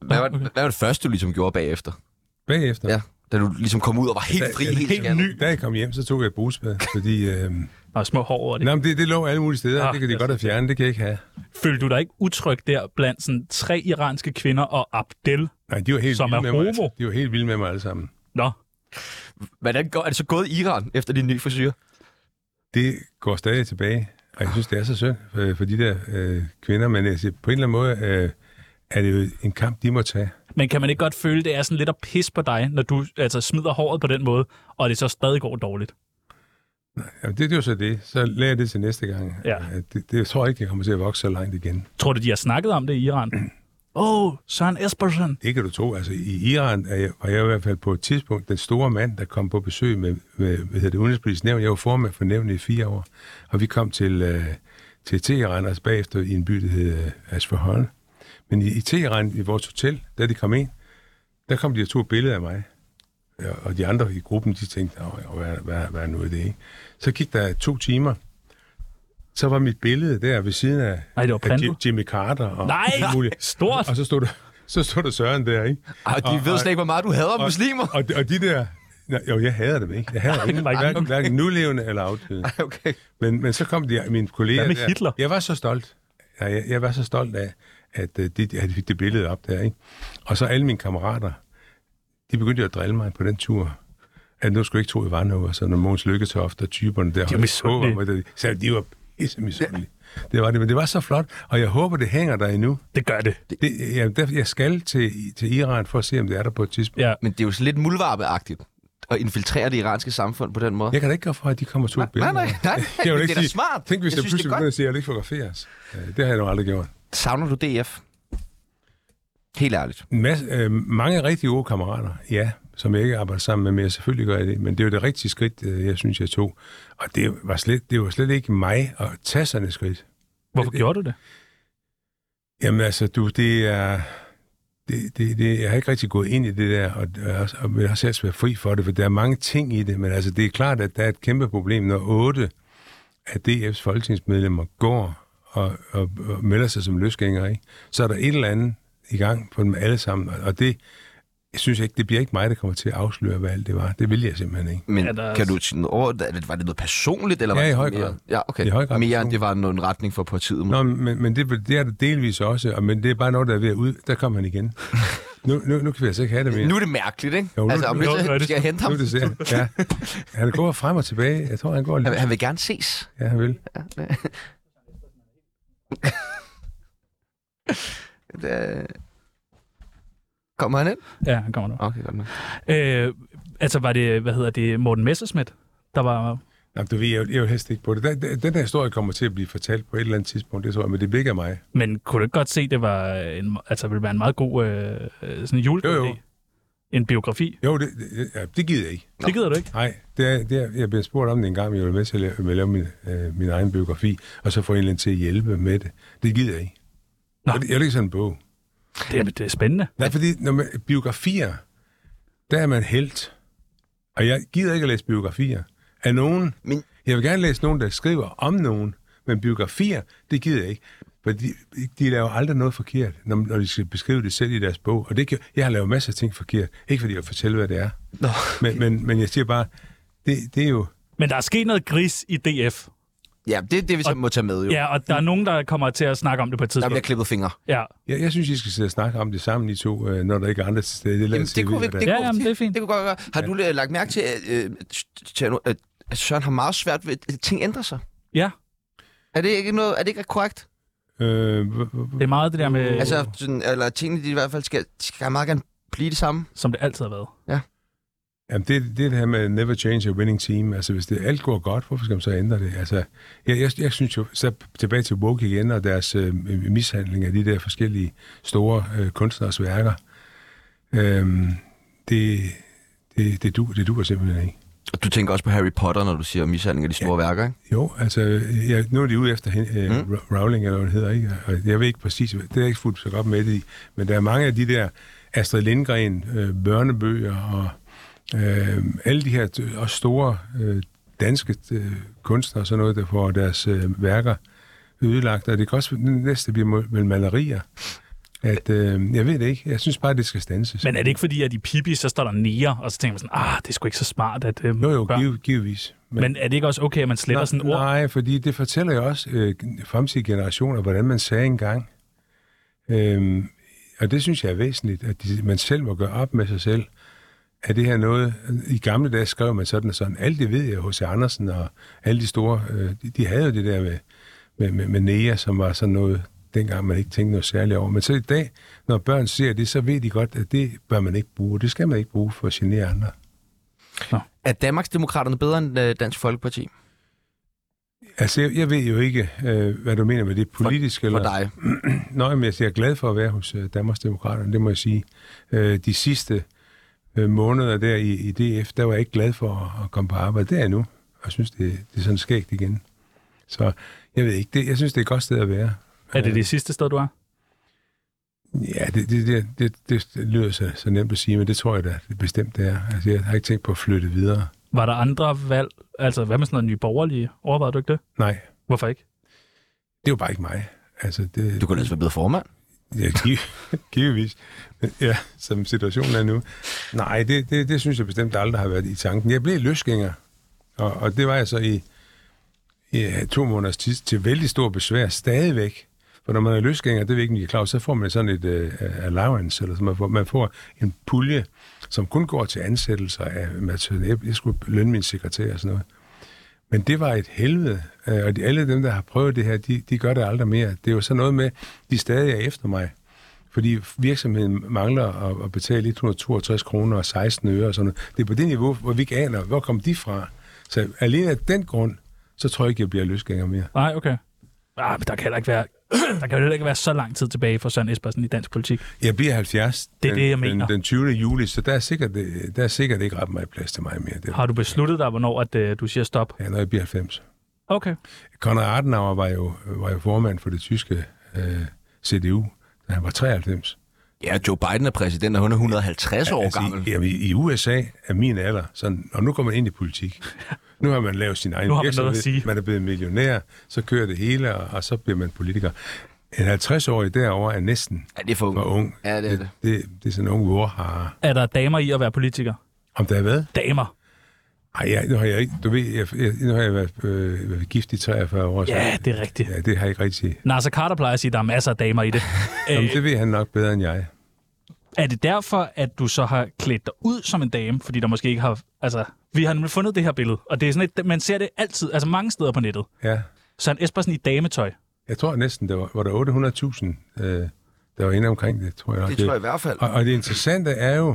Hvad var det første, du ligesom gjorde bagefter?
Bagefter?
Ja, da du ligesom kom ud og var helt fri, helt ny.
Da jeg kom hjem, så tog jeg et brusbad, fordi...
Der er små hår over det.
Nej, men det lå alle mulige steder. Det kan de godt have fjernet, det kan jeg ikke have.
Følte du dig ikke utryg der blandt sådan 3 iranske kvinder og Abdel,
Nej, de var helt
som er
med
homo?
mig. De var helt vilde med mig alle sammen.
Nå.
Hvordan er det så gået i Iran efter din nye frisyr?
Det går stadig tilbage, og jeg synes, det er så synd for de der kvinder, men jeg siger, på en eller anden måde er det jo en kamp, de må tage.
Men kan man ikke godt føle, det er sådan lidt at pisse på dig, når du altså smider håret på den måde, og det så stadig går dårligt?
Nej, det er jo så det. Så lærer jeg det til næste gang.
Ja.
Det tror jeg ikke, jeg kommer til at vokse så langt igen.
Tror du, de har snakket om det i Iran? Søren Espersen.
Det kan du tro. Altså, i Iran var jeg i hvert fald på et tidspunkt den store mand, der kom på besøg med det udenrigspolitiske nævn. Jeg var formand for nævnet i 4 år, og vi kom til Teheran, altså bagefter i en by, der hed Asfahan. Men i Teheran, i vores hotel, da de kom ind, der kom de og tog et billede af mig. Og de andre i gruppen, de tænkte, hvad er nu det, ikke? Så gik der 2 timer, så var mit billede der ved siden af, Jimmy Carter. Og
stort!
Og så stod der Søren der, ikke?
De ved slet ikke, hvor meget du hader muslimer.
Og de der... Jo, jeg hader dem ikke. Jeg hader ingen, hverken nulevende eller afdøde.
Okay.
Men så kom mine kolleger
der. Hitler?
Jeg var så stolt. Jeg var så stolt af, at de fik det billede op der, ikke? Og så alle mine kammerater, de begyndte at drille mig på den tur. At nu skulle jeg ikke tro, jeg var noget. Så når Mogens Lykketoft og typerne der...
De var misundelige.
Så de var pisse misundelige. Det var det, men det var så flot, og jeg håber, det hænger der endnu.
Det gør det.
Jeg skal til Iran for at se, om det er der på et tidspunkt.
Ja. Men det er jo så lidt muldvarpeagtigt at infiltrere det iranske samfund på den måde.
Jeg kan da ikke gå for, at de kommer to billeder.
Nej.
Det
er da smart.
Tænk, hvis jeg pludselig begynder at sige, at jeg ikke fotograferes. Det har jeg nok aldrig gjort.
Savner du DF? Helt ærligt.
Mange rigtig gode kammerater, ja, som jeg ikke arbejder sammen med, men jeg selvfølgelig gør det. Men det er jo det rigtige skridt, jeg synes, jeg tog. Og det var slet ikke mig at tage sådan et skridt.
Hvorfor gjorde du det?
Jamen altså, jeg har ikke rigtig gået ind i det der, og jeg har selv været fri for det, for der er mange ting i det, men altså, det er klart, at der er et kæmpe problem, når 8 af DF's folketingsmedlemmer går og melder sig som løsgængere, ikke? Så er der et eller andet i gang på dem alle sammen, og det synes jeg ikke, det bliver ikke mig, der kommer til at afsløre, hvad alt det var. Det vil jeg simpelthen ikke.
Men kan du sige var det noget personligt? Eller
ja,
var
i høj grad.
Ja, okay.
I høj grad.
Mere end det var en retning for partiet.
Nå, men det er det delvis også, men det er bare noget, der er ved at ud. Der kommer han igen. Nu kan vi altså ikke have det mere.
Nu er det mærkeligt, ikke?
Jo,
skal jeg hente ham?
Nu det ja. Han går frem og tilbage. Jeg tror, han går lidt.
Han vil gerne ses.
Ja, han vil.
Kommer han ind?
Ja, han kommer nu.
Okay, godt nok.
Altså, var det, Morten Messerschmidt, der var...
Jamen, du ved, jeg er jo helst ikke på det. Den der historie kommer til at blive fortalt på et eller andet tidspunkt, det tror jeg, men det bliver ikke af mig.
Men kunne du ikke godt se, det var ville være en meget god sådan en julekalender? En biografi?
Jo, det gider jeg ikke.
Det gider du ikke?
Nej, jeg bliver spurgt om det en gang, men jeg vil med til at lave min egen biografi, og så få en eller anden til at hjælpe med det. Det gider jeg ikke. Jeg vil ikke sådan en bog.
Det er spændende.
Nej, fordi når man biografier, der er man helt. Og jeg gider ikke at læse biografier af nogen. Men jeg vil gerne læse nogen, der skriver om nogen, men biografier, det gider jeg ikke. For de laver aldrig noget forkert, når de skal beskrive det selv i deres bog. Og jeg har lavet masser af ting forkert. Ikke fordi jeg fortæller, hvad det er. Men jeg siger bare, det er jo...
Men der er sket noget gris i DF.
Ja, det er det, vi så må tage med, jo.
Ja, og der er nogen, der kommer til at snakke om det på et tidspunkt.
Der bliver klippet fingre.
Ja.
Jeg synes, I skal sidde og snakke om det sammen, I to, når der ikke er andre til stede.
Det kunne det er fint.
Det kunne godt gøre. Har du lagt mærke til, at Søren har meget svært ved, at ting ændrer sig?
Ja.
Er det ikke korrekt?
Det er meget det der med...
Altså, eller tingene, de i hvert fald skal meget gerne blive det samme.
Som det altid har været.
Ja.
Jamen, det er det her med never change a winning team. Altså, hvis det alt går godt, hvorfor skal man så ændre det? Altså, jeg synes jo, så tilbage til Woke igen, og deres mishandling af de der forskellige store kunstners værker. Det duer simpelthen ikke.
Og du tænker også på Harry Potter, når du siger mishandling af de store værker, ikke?
Jo, altså, nu er de ude efter Rowling, eller hvad det hedder, ikke? Og jeg ved ikke præcis, det er ikke fuldt så godt med det i, men der er mange af de der Astrid Lindgren børnebøger og alle de her også store danske kunstnere og sådan noget, der får deres værker ødelagt, og det kan også næste blive vel malerier. at jeg ved det ikke. Jeg synes bare, det skal standses.
Men er det ikke fordi, at i Pippi, så står der nære, og så tænker man sådan, det er sgu ikke så smart, at
givetvis.
Men er det ikke også okay, at man sletter sådan ord?
Nej, fordi det fortæller jo også fremtidige generationer, hvordan man sagde engang. Og det synes jeg er væsentligt, at man selv må gøre op med sig selv. Er det her noget... I gamle dage skrev man sådan og sådan. Alt det ved jeg, H.C. Andersen og alle de store... de havde jo det der med nære, som var sådan noget, dengang man ikke tænkte noget særligt over. Men så i dag, når børn ser det, så ved de godt, at det bør man ikke bruge. Det skal man ikke bruge for at genere andre.
Nå. Er Danmarksdemokraterne bedre end Dansk Folkeparti?
Altså, jeg ved jo ikke, hvad du mener med det politiske.
For dig?
Nå, men jeg er glad for at være hos Danmarksdemokraterne, det må jeg sige. De sidste måneder der i DF, der var jeg ikke glad for at komme på arbejde. Det er jeg nu, og jeg synes, det er sådan skægt igen. Så jeg ved ikke, jeg synes, det er et godt sted at være.
Er det sidste sted, du er?
Ja, det lyder så nemt at sige, men det tror jeg da det bestemt det er. Altså, jeg har ikke tænkt på at flytte videre.
Var der andre valg? Altså, hvad med sådan noget Nye Borgerlige? Overvejede du ikke det?
Nej.
Hvorfor ikke?
Det er jo bare ikke mig. Altså,
du kunne altså være blevet formand?
Ja, givetvis. Ja, som situationen er nu. Nej, det synes jeg bestemt aldrig har været i tanken. Jeg blev løsgænger, og det var jeg så i 2 måneders tid til vældig stor besvær stadigvæk. For når man er løsgænger, det er ikke klar, så får man sådan et allowance, eller så man får en pulje, som kun går til ansættelser af materiale. Jeg skulle lønne min sekretær og sådan noget. Men det var et helvede, og alle dem, der har prøvet det her, de gør det aldrig mere. Det er jo sådan noget med, de stadig er efter mig. Fordi virksomheden mangler at betale 162 kroner og 16 øre og sådan noget. Det er på det niveau, hvor vi ikke aner, hvor kom de fra. Så alene af den grund, så tror jeg ikke, jeg bliver løsgænger mere.
Nej, okay. Men der kan heller ikke være så lang tid tilbage for Søren Espersen i dansk politik.
Jeg bliver 70
det, jeg mener.
Den 20. juli, så der er sikkert ikke ret meget plads til mig mere.
Har du besluttet dig, hvornår at, du siger stop?
Ja, når jeg bliver 90.
Okay.
Konrad Adenauer var jo formand for det tyske CDU, da han var 93.
Ja, Joe Biden er præsident, og hun er 150 år gammel.
Jamen, i USA er min alder sådan, og nu kommer man ind i politik. Nu har man lavet sin egen virksomhed, man er blevet millionær, så kører det hele, og så bliver man politiker. En 50-årig derovre er næsten for ung.
Ja, det er det.
Det er sådan en ung vorhare.
Er der damer i at være politiker?
Om der er hvad?
Damer.
Ej, nu har jeg ikke. Du ved, nu har jeg været gift i 43 år.
Ja, det er rigtigt.
Ja, det har jeg ikke rigtig.
Nasser Carter plejer at sige, at der er masser af damer i det.
Jamen, det ved han nok bedre end jeg.
Er det derfor, at du så har klædt dig ud som en dame? Fordi der måske ikke har... Altså, vi har nemlig fundet det her billede, og det er sådan et, man ser det altid, altså mange steder på nettet.
Ja.
Søren Espersen i dametøj.
Jeg tror næsten, var der 800.000, der var inde omkring det, tror jeg.
Det tror jeg i hvert fald.
Og det interessante er jo,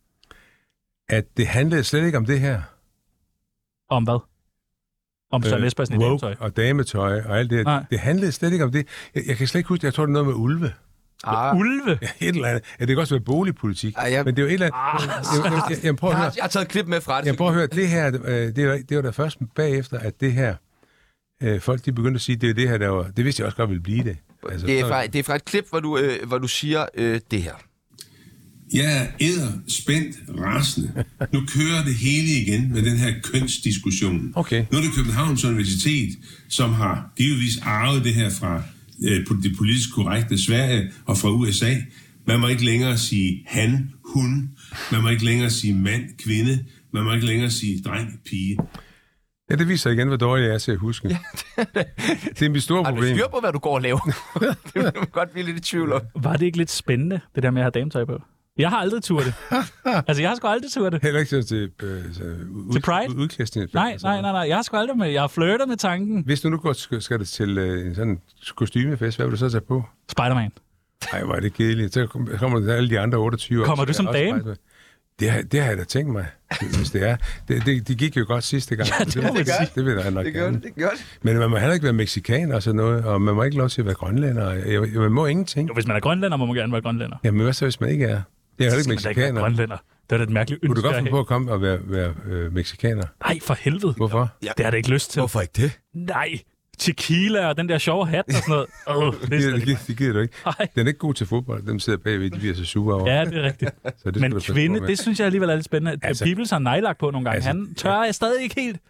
at det handlede slet ikke om det her.
Om hvad? Om Søren Espersen i dametøj?
Og dametøj og alt det.
Nej.
Det handlede slet ikke om det. Jeg kan slet ikke huske, jeg tror, det er noget med ulve.
Ulve?
Ja, et eller andet. Ja, det kan også være boligpolitik. Men det er jo et eller andet... Jeg
har taget et klip med fra det.
Jeg prøver at høre, det her, det var da først bagefter, at det her... folk, de begyndte at sige, det er det her, der var... Det vidste jeg også godt ville blive det. Altså,
det er fra et klip, hvor du siger det her.
Jeg er spændt rasende. Nu kører det hele igen med den her kønsdiskussion.
Okay.
Nu er det Københavns Universitet, som har givetvis arvet det her fra det politisk korrekte Sverige og fra USA. Man må ikke længere sige han, hun. Man må ikke længere sige mand, kvinde. Man må ikke længere sige dreng, pige.
Ja, det viser igen, hvor dårlig jeg er til at huske. Ja, det er mit store problem.
Har du styr på, hvad du går og laver? Det vil man godt blive lidt i tvivl om.
Var det ikke lidt spændende, det der med at have dametøj på? Jeg har aldrig turet det. Altså, jeg har sgu aldrig turet det.
Heller ikke til
Pride?
Udklæsning.
Nej. Jeg har sgu aldrig med. Jeg har flirtet med tanken.
Hvis du nu skal det til en sådan kostymefest, hvad vil du så tage på?
Spider-Man.
Nej, hvor er det kedeligt. Så kommer der alle de andre 28 år.
Kommer du som dame?
Det har jeg da tænkt mig, hvis det er. Det gik jo godt sidste gang.
Ja, det
vil jeg nok gerne.
Det gør det.
Men man må heller ikke være meksikaner og sådan noget, og man må ikke lov til at være grønlænder. Man må ingenting.
Jo, hvis man er grønlænder, må man gerne være grønlænder.
Jamen, hvad så, hvis man ikke er? Jeg er heller ikke meksikaner.
Grønlænder. Det er da et mærkeligt ønske.
Kunne du godt finde på at komme og være meksikaner?
Nej, for helvede.
Hvorfor?
Ja. Det har jeg da ikke lyst til.
Hvorfor ikke det?
Nej. Tequila og den der sjove hat og sådan noget.
Det gider du ikke.
Ej.
Den er ikke god til fodbold. Dem sidder bagved, de bliver så sure over.
Ja, det er rigtigt. Men kvinde, det synes jeg alligevel er lidt spændende. Altså, Bibels har nejlagt på nogle gange. Altså, han tør jeg stadig ikke helt.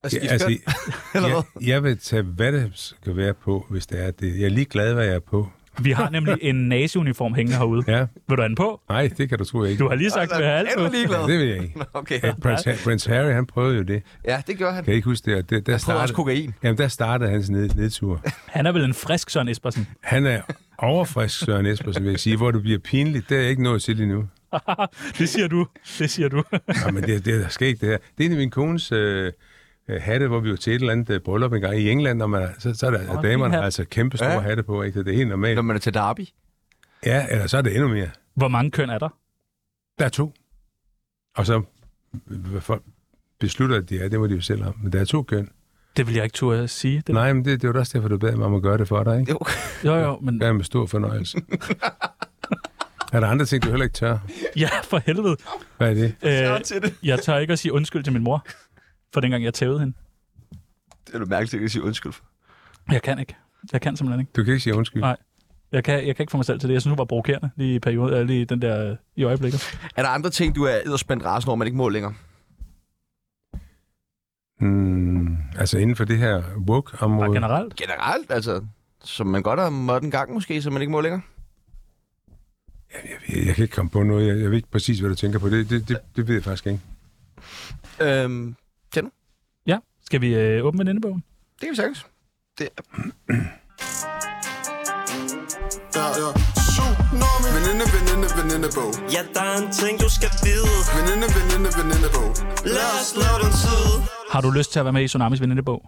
Jeg vil tage, hvad det skal være på, hvis det er det. Jeg er lige glad, hvad jeg er på.
Vi har nemlig en nazi-uniform hængende herude.
Ja.
Vil du have den på?
Nej, det kan du tro ikke.
Du har lige sagt, at jeg
Er du ligeglad?
Ja, det vil jeg ikke.
Okay.
Prince Harry, han prøvede jo det.
Ja, det gør han.
Kan I ikke huske det? Der
Han prøvede også kokain.
Jamen, der startede hans nedtur.
Han er vel en frisk Søren Espersen.
Han er overfrisk, Søren Espersen, vil jeg sige. Hvor du bliver pinligt, det er jeg ikke nået til endnu.
Det siger du.
Ja, men det er sket, det her. Det er en af min kones hatte, hvor vi var til et eller andet bryllup en gang i England, og så er der damerne altså kæmpe store hatte på, ikke? Det er helt normalt.
Når man er til Derby?
Ja, eller så er det endnu mere.
Hvor mange køn er der?
Der er 2. Og så, hvad folk beslutter, at de er, det må de jo selv om. Men der er 2 køn.
Det vil jeg ikke turde sige. Det.
Nej, men det er jo også derfor, du bad mig om at gøre det for dig, ikke?
Jo, men...
Det er med stor fornøjelse. Er der andre ting, du heller ikke tør?
Ja, for helvede.
Hvad er det?
Jeg tør ikke at sige undskyld til min mor, for dengang jeg tævede hende.
Det er du mærkeligt at sige undskyld for.
Jeg kan ikke. Jeg kan simpelthen ikke.
Du kan ikke sige undskyld?
Nej. Jeg kan ikke få mig selv til det. Jeg synes, du var provokerende lige i perioden, lige den der i øjeblikket.
Er der andre ting, du er edderspændt rasende over, man ikke må længere?
Altså inden for det her woke-område?
Ja, generelt?
Generelt, altså. Som man godt har måttet en gang måske, som man ikke må længere?
Jeg kan ikke komme på noget. Jeg ved ikke præcis, hvad du tænker på. Det ved jeg faktisk ikke.
Tjeno?
Ja. Skal vi åbne venindebogen?
Det kan vi sagtens. Det er...
Venindebog. Ja, der er en ting, du skal vide. Venindebog. Lad os lave den tid.
Har du lyst til at være med i Tsunamis venindebog?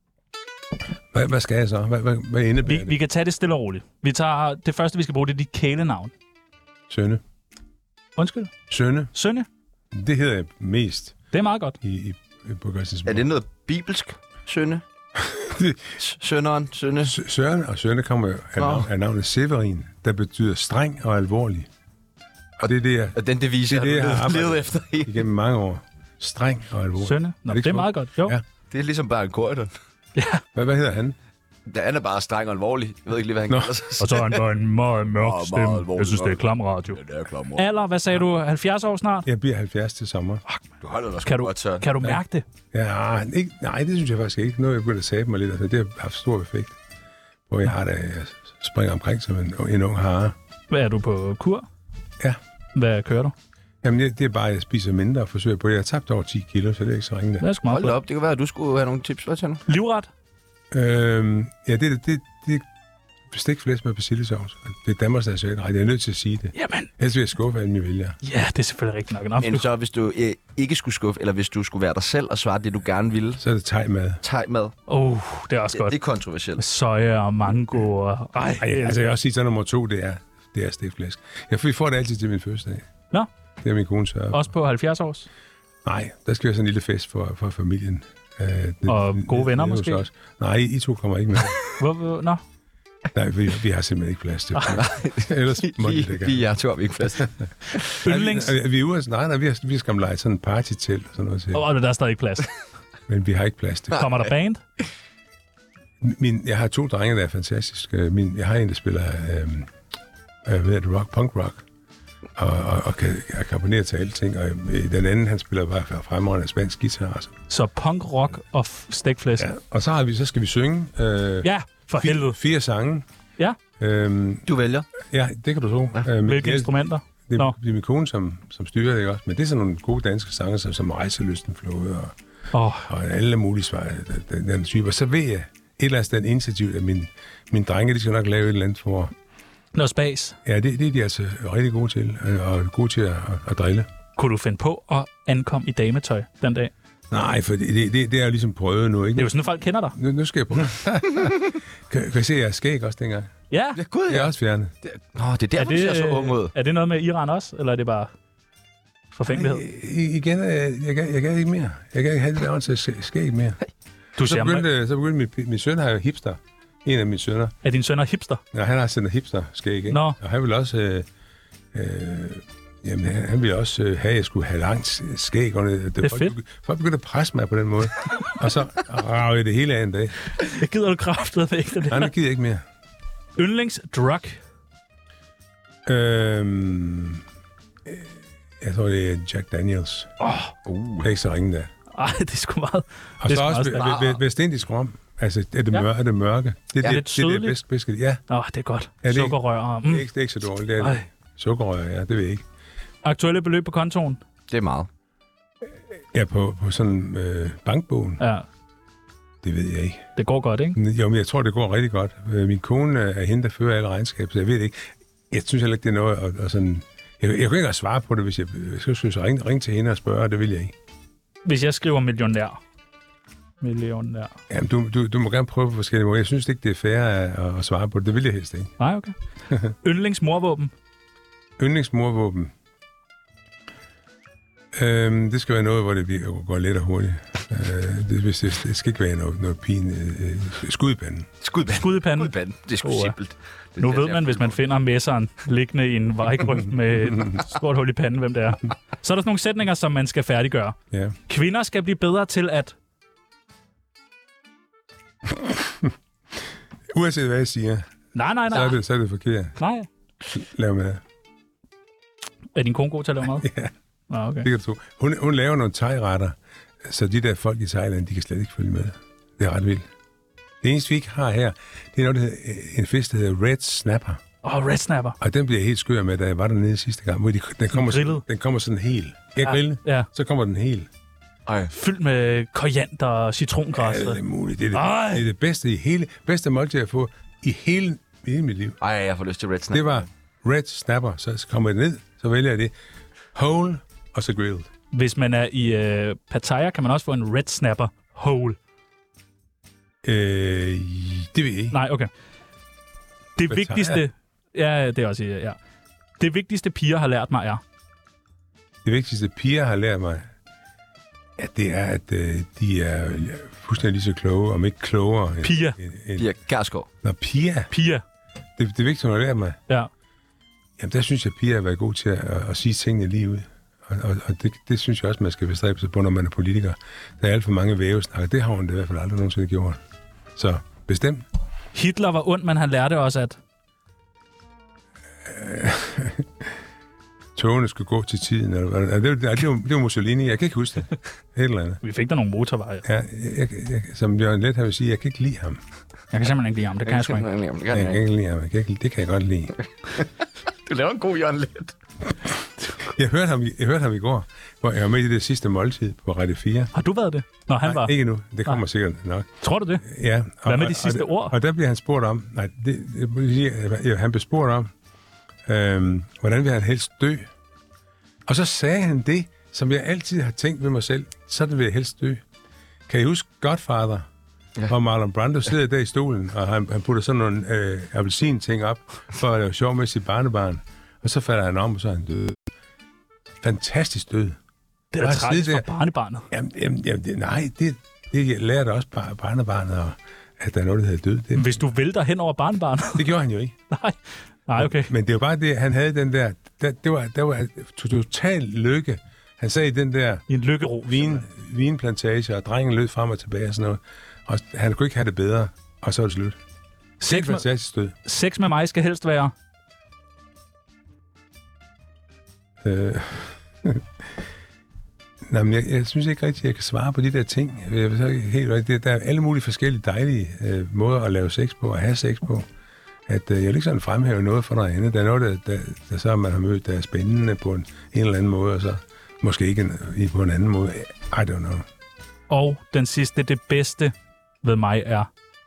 Hvad skal jeg så? Hvad indebærer det?
Vi kan tage det stille og roligt. Vi tager det første, vi skal bruge, det er dit kælenavn.
Sønne.
Undskyld? Sønne?
Det hedder jeg mest.
Det er meget godt.
På Christiansborg.
Er det noget bibelsk? Sønne? Sønneren? Sønne?
Søren og Sønne kommer jo af navnet Severin, der betyder streng og alvorlig. Og det er det,
og den devise
har jeg
levet efter
igennem mange år. Streng og alvorlig.
Sønne? Nå, det er meget godt. Jo.
Ja.
Det er ligesom bare en Corridon.
Ja.
Hvad hedder han?
Han er bare streng og alvorlig. Jeg ved ikke lige, hvad han kalder sig.
Og så er han bare en meget mørk stemme. Jeg synes, det er klam radio.
Ja, det er klam radio.
Alder, hvad sagde du? 70 år snart?
Jeg bliver 70 til sommer.
Du holder dig godt, Søren.
Kan du mærke det?
Ja, nej, det synes jeg faktisk ikke. Nu er jeg begyndt at sabe mig lidt. Altså, det har haft stor effekt. Hvor jeg springer omkring som en ung hare.
Hvad er du på kur?
Ja.
Hvad kører du?
Jamen, det er bare, at jeg spiser mindre og forsøger på det. Jeg har tabt over 10 kilo, så det er ikke så ringende.
Hold da op, det kan være, at du skulle have nogle tips. Hvad tager du?
Livret?
Ja, det er stikflæsk med persillesovs. Det er Danmarks nationalret. Jeg er nødt til at sige det.
Jamen.
Ellers vil jeg skuffe alle mine vælgere.
Ja, det er selvfølgelig rigtigt nok.
Men så hvis du ikke skulle skuffe, eller hvis du skulle være dig selv og svare det, du gerne ville.
Så er det thai-mad.
Thai-mad.
Det er også godt.
Det er kontroversielt.
Med soja og mango og...
Altså, jeg vil også sige, så nummer 2, det er stikflæsk. Vi får det altid til min fødselsdag.
Nå.
Det er min kone sørger.
Også på 70 års?
Nej, der skal være sådan en lille fest for familien.
Og gode venner måske?
Også. Nej, I 2 kommer ikke med.
Nå?
Nej, vi har simpelthen ikke plads til det. Ellers må det ikke.
Vi er 2 har vi ikke plads til.
Yndlings?
Vi er ude, nej, vi skal lege sådan en party-telt og sådan noget til.
Der er stadig ikke plads.
Men vi har ikke plads til.
Kommer der band?
Jeg har 2 drenge, der er fantastiske. Jeg har en, der spiller punk rock. Og kan akkompagnere til alle ting. Og den anden, han spiller bare fremragende spansk guitar. Altså.
Så punk, rock og stikflæsk.
Ja. Og så skal vi synge.
Ja, for helvede.
4 sange.
Ja.
Du vælger.
Ja, det kan du tro.
Hvilke instrumenter?
Det er min kone, som styrer det, ikke også? Men det er sådan nogle gode danske sange, som Rejselysten Flåde og alle mulige svar, den type. Og så ved jeg et eller andet sted initiativ, at mine drenge, de skal nok lave et eller andet for...
Noget spas?
Ja, det er de altså rigtig gode til, og gode til at drille. Kunne
du finde på at ankomme i dametøj den dag?
Nej, for det er jo ligesom prøvet nu, ikke?
Det er jo sådan, folk kender dig.
Nu skal jeg prøve. kan I se, at jeg er skæg også dengang?
Ja.
Gud, ja.
Jeg er også fjernet.
Det er derfor, du ser så ung ud.
Er det noget med Iran også, eller er det bare forfængelighed?
Igen, jeg kan ikke mere. Jeg kan ikke have det der til skæg mere. Så begyndte min søn har jo hipster. En af mine sønner.
Er din søn hipster?
Ja, han har sådan en hipster-skæg, ikke?
Nå.
Og han vil også... han ville også have, at jeg skulle have langt skæg.
Det er fedt.
Folk begyndte at presse mig på den måde. Og så rager jeg det hele af en dag.
Det gider du kraftedeme ikke, det der.
Nej, det gider jeg ikke mere.
Yndlingsdrug?
Jeg tror, det er Jack Daniels. Det er ikke så ringe der.
Ej, det er sgu meget.
Og så også Vestindisk rom. Altså, er det mørke? Det er
lidt sødligt.
Det er bedst. Ja.
Det er godt. Sukkerrør.
Det er ikke så dårligt. Det er sukkerrør, ja. Det ved jeg ikke.
Aktuelle beløb på kontoen?
Det er meget.
Ja, på sådan bankbogen.
Ja.
Det ved jeg ikke.
Det går godt, ikke?
Jo, men jeg tror, det går rigtig godt. Min kone er hende, der fører alle regnskab, så jeg ved det ikke. Jeg synes heller ikke, det er noget at sådan... Jeg kunne ikke svare på det, hvis jeg skulle ringe til hende og spørge, det vil jeg ikke.
Hvis jeg skriver millionær.
Jamen, du må gerne prøve på forskellige måder. Jeg synes ikke, det er fair at svare på det. Det vil jeg helst ikke.
Nej, okay. Yndlingsmorvåben?
Yndlingsmorvåben? Det skal være noget, hvor det går let og hurtigt. Det skal ikke være noget skudpanden.
Skudpanden?
Det er sgu simpelt.
Nu ved man, hvis man finder messeren liggende i en vejgrøft med et stort hul i panden, hvem det er. Så er der sådan nogle sætninger, som man skal færdiggøre.
Ja.
Kvinder skal blive bedre til at...
Uanset hvad jeg siger,
nej.
Så er det forkert.
Nej.
Lav mad.
Er din kone god til at lave mad?
Ja.
Okay.
Det kan du tro. Hun laver nogle thai-retter, så de der folk i Thailand, de kan slet ikke følge med. Det er ret vildt. Det eneste, vi ikke har her, det er noget, der hedder, en fisk, der hedder Red Snapper.
Red Snapper.
Og den bliver helt skør med, da jeg var dernede sidste gang. Hvor den kommer sådan helt. Grille.
Ja.
Så kommer den helt.
Fyldt med koriander og citrongræs.
Ja, det er muligt. Det er det bedste måltid at få i hele mit liv.
Jeg får lyst til Red Snapper.
Det var Red Snapper. Så kommer jeg ned, så vælger jeg det. Whole og så grilled.
Hvis man er i Pattaya, kan man også få en Red Snapper whole.
Det ved jeg ikke.
Nej, okay. Det vigtigste... Ja, det er også... Ja. Det vigtigste, piger har lært mig er...
Det vigtigste, piger har lært mig, det er, at de er fuldstændig lige så kloge, om ikke klogere.
Pia.
Pia Kærsgaard.
Nå, Pia. Det vigtigste, hun har lært mig.
Ja.
Jamen, der synes jeg, Pia har været god til at sige tingene lige ud. Og det synes jeg også, man skal bestræbe sig på, når man er politiker. Der er alt for mange vævesnakker. Det har hun i hvert fald aldrig nogensinde gjort. Så bestemt.
Hitler var ond, men han lærte også, at...
Togene skulle gå til tiden. Det var Mussolini. Jeg kan ikke huske det. Et eller andet.
Vi fik der nogle motorveje.
Ja, som Jørgen Leth vil sige, jeg kan ikke lide ham.
Jeg kan simpelthen ikke lide ham. Det kan jeg sgu ikke.
Jeg kan ikke lide ham. Det kan jeg godt lide.
Du laver en god Jørgen Leth.
Jeg hørte ham i går, hvor jeg var med i det sidste måltid på Radio 4.
Har du været det? Nå, han var...
ikke nu. Det kommer sikkert nok.
Tror du det?
Ja.
Hvad med de sidste ord?
Og der bliver han spurgt om... han blev spurgt om, hvordan vil han helst dø? Og så sagde han det, som jeg altid har tænkt ved mig selv. Sådan vil jeg helst dø. Kan I huske Godfather? Ja. Og Marlon Brando sidder der i stolen, og han putter sådan nogle appelsin-ting op, for at lave sjov med sit barnebarn. Og så falder han om, og så er han død. Fantastisk død.
Det er da tragisk for barnebarnet.
Nej, det lærer da også barnebarnet, at der er noget, der hedder død.
Hvis du vælter hen over barnebarnet.
Det gjorde han jo ikke.
Nej, okay.
Men det var bare det, han havde den der... Der var total lykke. Han sagde i den der...
I en lykkeros.
Vinplantage, og drengen lød frem og tilbage og sådan noget. Og han kunne ikke have det bedre, og så var det slut. Fantastisk død.
Sex med mig skal helst være...
Nej, men jeg synes ikke rigtigt, at jeg kan svare på de der ting. Jeg vil så helt rigtigt. Der er alle mulige forskellige dejlige måder at lave sex på og have sex på. At jeg vil ikke sådan fremhæve noget for noget andet. Der er noget, der så man har mødt, der er spændende på en eller anden måde, og så måske ikke på en anden måde. I don't know.
Og den sidste, det bedste ved mig er?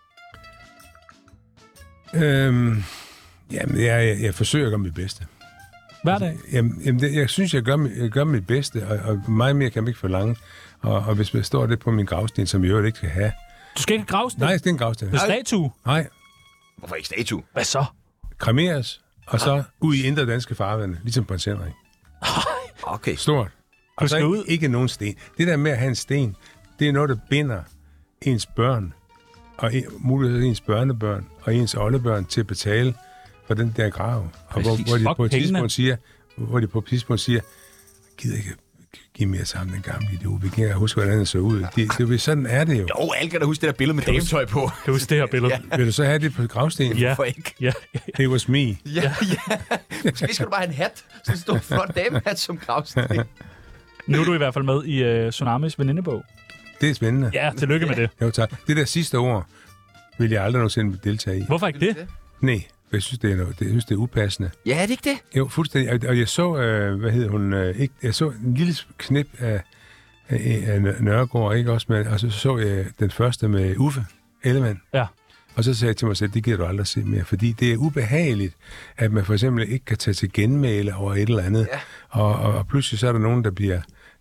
Jamen, jeg forsøger at gøre mit bedste.
Hver dag?
Jamen jeg synes, jeg gør mit bedste, og meget mere kan man ikke forlange. Og hvis man står det på min gravsten, som jeg jo ikke skal have.
Du skal ikke have gravsten?
Nej, det er en gravsten.
Det er statue?
Nej.
Hvorfor ikke statue?
Hvad så?
Kremeres, og så ud i indre danske farvande, ligesom Prins Henrik.
Okay.
Stort. Og så ikke nogen sten. Det der med at have en sten, det er noget, der binder ens børn, og muligvis ens børnebørn, og ens oldebørn til at betale for den der grav. Og hvor de på et tidspunkt siger, gider ikke give mere sammen den gamle idiot. Vi kan ikke huske, hvordan den så ud. Sådan er det jo.
Jo, alle kan da huske det der billede med dametøj på.
Kan du huske det her billede?
Ja. Vil du så have det på gravstenen?
Ja.
Hvorfor ikke?
Ja.
It was me.
Ja. Måske skal du bare have en hat. Sådan en stor, flot damehat som gravsten.
Nu er du i hvert fald med i Tsunamis venindebog.
Det er spændende.
Ja, tillykke med det.
Jo, tak. Det der sidste ord vil jeg aldrig nogensinde deltage i.
Hvorfor ikke det?
Nej, jeg synes, det er upassende.
Ja, er det ikke det?
Jo, fuldstændig. Og jeg så, jeg så en lille knip af Nørregård, ikke også? Men, og så jeg den første med Uffe Ellemann.
Ja.
Og så sagde jeg til mig selv, det gider du aldrig se mere, fordi det er ubehageligt, at man for eksempel ikke kan tage til genmæle over et eller andet. Ja. Og pludselig så er der nogen, der bliver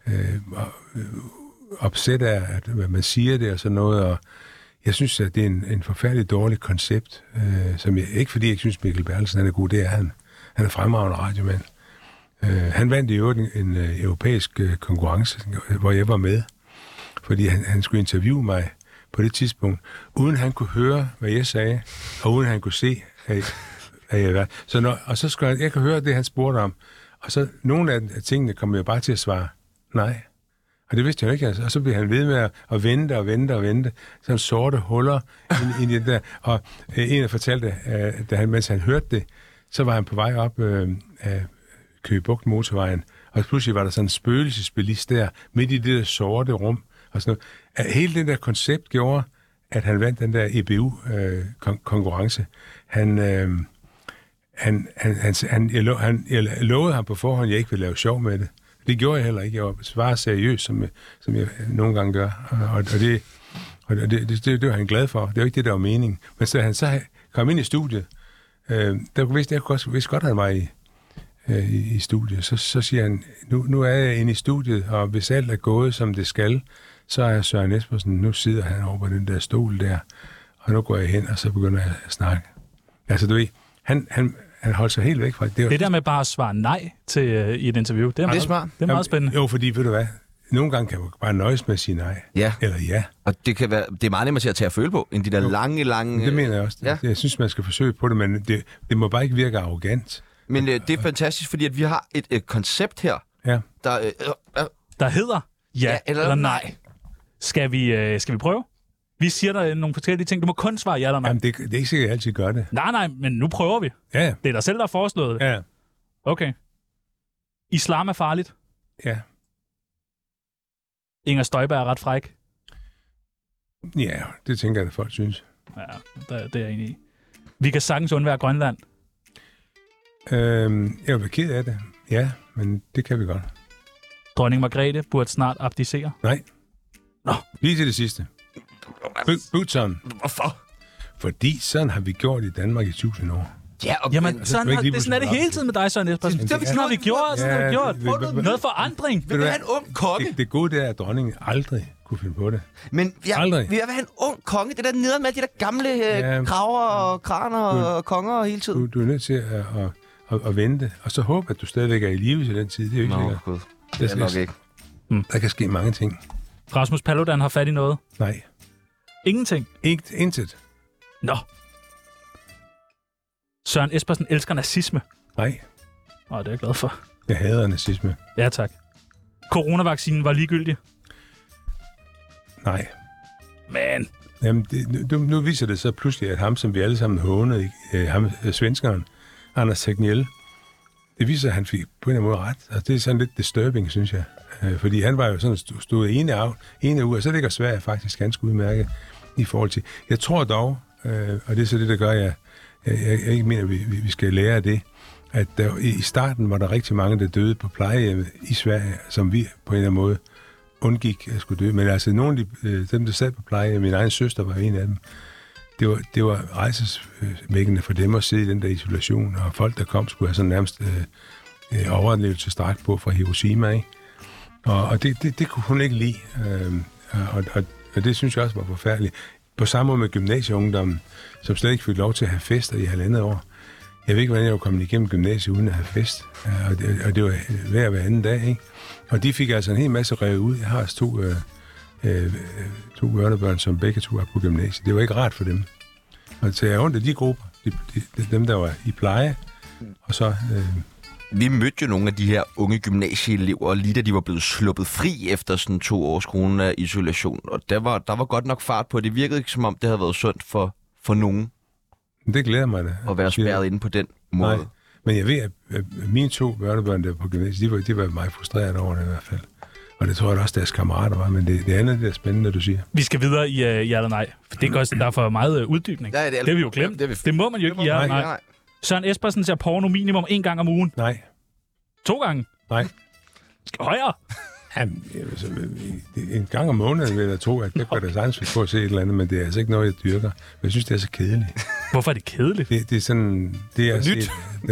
opsat af, at man siger det og sådan noget, og jeg synes, at det er en forfærdelig dårlig koncept, som jeg, ikke fordi jeg ikke synes, Mikkel Bertelsen er god, det er han. Han er fremragende radiomand. Han vandt i øvrigt en europæisk konkurrence, hvor jeg var med, fordi han skulle interviewe mig på det tidspunkt, uden han kunne høre, hvad jeg sagde, og uden han kunne se, hvad jeg var. Og så skulle jeg kan høre det, han spurgte om, og så nogle af tingene kom jeg bare til at svare nej. Og det vidste jeg ikke, altså. Og så blev han ved med at vente og vente og vente. Sådan sorte huller ind i det der. Og en af fortalte, mens han hørte det, så var han på vej op af Køge Bugt motorvejen, og pludselig var der sådan en spøgelsesbilist der, midt i det der sorte rum, og sådan noget. Hele det der koncept gjorde, at han vandt den der EBU-konkurrence. Jeg lovede ham på forhånd, at jeg ikke ville lave sjov med det. Det gjorde jeg heller ikke. Jeg var svaret seriøst, som jeg nogle gange gør. Det var han glad for. Det var ikke det, der var meningen. Men så han så kom ind i studiet, der vidste jeg godt, at han var i studiet. Så siger han, nu er jeg inde i studiet, og hvis alt er gået, som det skal, så er Søren Espersen, nu sidder han over på den der stol der, og nu går jeg hen, og så begynder jeg at snakke. Altså, du ved, han holdt sig helt væk fra det.
Det der med bare at svare nej til i et interview, det er smart. Det er meget spændende.
Jo, fordi, ved du hvad, nogle gange kan man bare nøjes med at sige nej.
Ja.
Eller ja.
Og det er meget nemmere til at tage at føle på, end de der lange...
Det mener jeg også. Ja. Jeg synes, man skal forsøge på det, men det må bare ikke virke arrogant.
Men det er fantastisk, fordi at vi har et koncept her,
der hedder ja eller nej. Skal vi prøve? Vi siger der nogle forskellige ting. Du må kun svare ja eller nej.
Jamen, det er ikke sikkert, at jeg altid gør det.
Nej, men nu prøver vi.
Ja.
Det er dig selv, der har foreslået det.
Ja.
Okay. Islam er farligt.
Ja.
Inger Støjberg er ret fræk.
Ja, det tænker jeg, at folk synes.
Ja, det er jeg enig i. Vi kan sagtens undvære Grønland.
Jeg var ked af det. Ja, men det kan vi godt.
Dronning Margrethe burde snart abdicere.
Nej.
Nå.
Lige til det sidste. Butson.
Hvorfor?
Fordi sådan har vi gjort i Danmark i 1000 år.
Ja,
jamen, sådan er det hele tiden med dig, Søren Espersen. Det har vi gjort. Noget forandring.
Vi vil have en ung konge.
Det gode er, at dronningen aldrig kunne finde på det.
Men vi vil have en ung konge. Det der nede med de der gamle kraver og kraner og konger hele tiden.
Du er nødt til at vente, og så håbe, at du stadigvæk er i live til den tid. Det er jo ikke sikkert.
God. Det er nok ikke.
Der kan ske mange ting.
Rasmus Paludan har fat i noget?
Nej.
Ingenting?
Intet.
Nå. Søren Espersen elsker nazisme?
Nej.
Det er jeg glad for.
Jeg hader nazisme.
Ja, tak. Coronavaccinen var ligegyldig?
Nej.
Men...
Jamen, nu viser det så pludselig, at ham, som vi alle sammen hånede, svenskeren, Anders Tegnell, det viser, at han fik på en eller anden måde ret. Og det er sådan lidt disturbing, synes jeg. Fordi han var jo sådan stået ene uge, og så ligger Sverige faktisk ganske udmærket i forhold til... Jeg tror dog, og det er så det, der gør, jeg ikke mener, at vi skal lære af det, at i starten var der rigtig mange, der døde på plejehjemmet i Sverige, som vi på en eller anden måde undgik at skulle dø. Men altså, nogle af dem, der sad på plejehjemmet, min egen søster var en af dem, det var rejsesvækkende for dem at sidde i den der isolation, og folk, der kom, skulle have sådan nærmest overlevelsesdragt på fra Hiroshima, ikke? Og det kunne hun ikke lide, og det synes jeg også var forfærdeligt. På samme måde med gymnasieungdommen, som slet ikke fik lov til at have fester i 1,5 år. Jeg ved ikke, hvordan jeg var kommet igennem gymnasiet uden at have fest, og det var hver anden dag, ikke? Og de fik altså en hel masse revet ud. Jeg har altså to børnebørn, som begge to er på gymnasiet. Det var ikke rart for dem. Og så jeg ondt af de grupper, dem der var i pleje, og så...
Vi mødte jo nogle af de her unge gymnasieelever, lige da de var blevet sluppet fri efter sådan 2 års corona-isolation. Og der var godt nok fart på. Det virkede ikke, som om det havde været sundt for nogen.
Det glæder mig da.
At være spærret inde på den måde.
Nej, men jeg ved, at mine 2 børnebørn der på gymnasiet, de var meget frustrerede over det i hvert fald. Og det tror jeg også, deres kammerater var, men det andet det er spændende, du siger.
Vi skal videre i ja eller nej, for det går der er for meget uddybning.
Ja,
det har vi jo glemt. Det må man jo ikke i ja eller nej. Søren Espersen ser porno minimum 1 gang om ugen.
Nej.
2 gange?
Nej.
Højere?
Jamen, en gang om måneden vil jeg tro, at det gør det sagtens for at se et eller andet, men det er altså ikke noget, jeg dyrker. Jeg synes, det er så kedeligt.
Hvorfor er det kedeligt?
Det er sådan... Det er
nyt?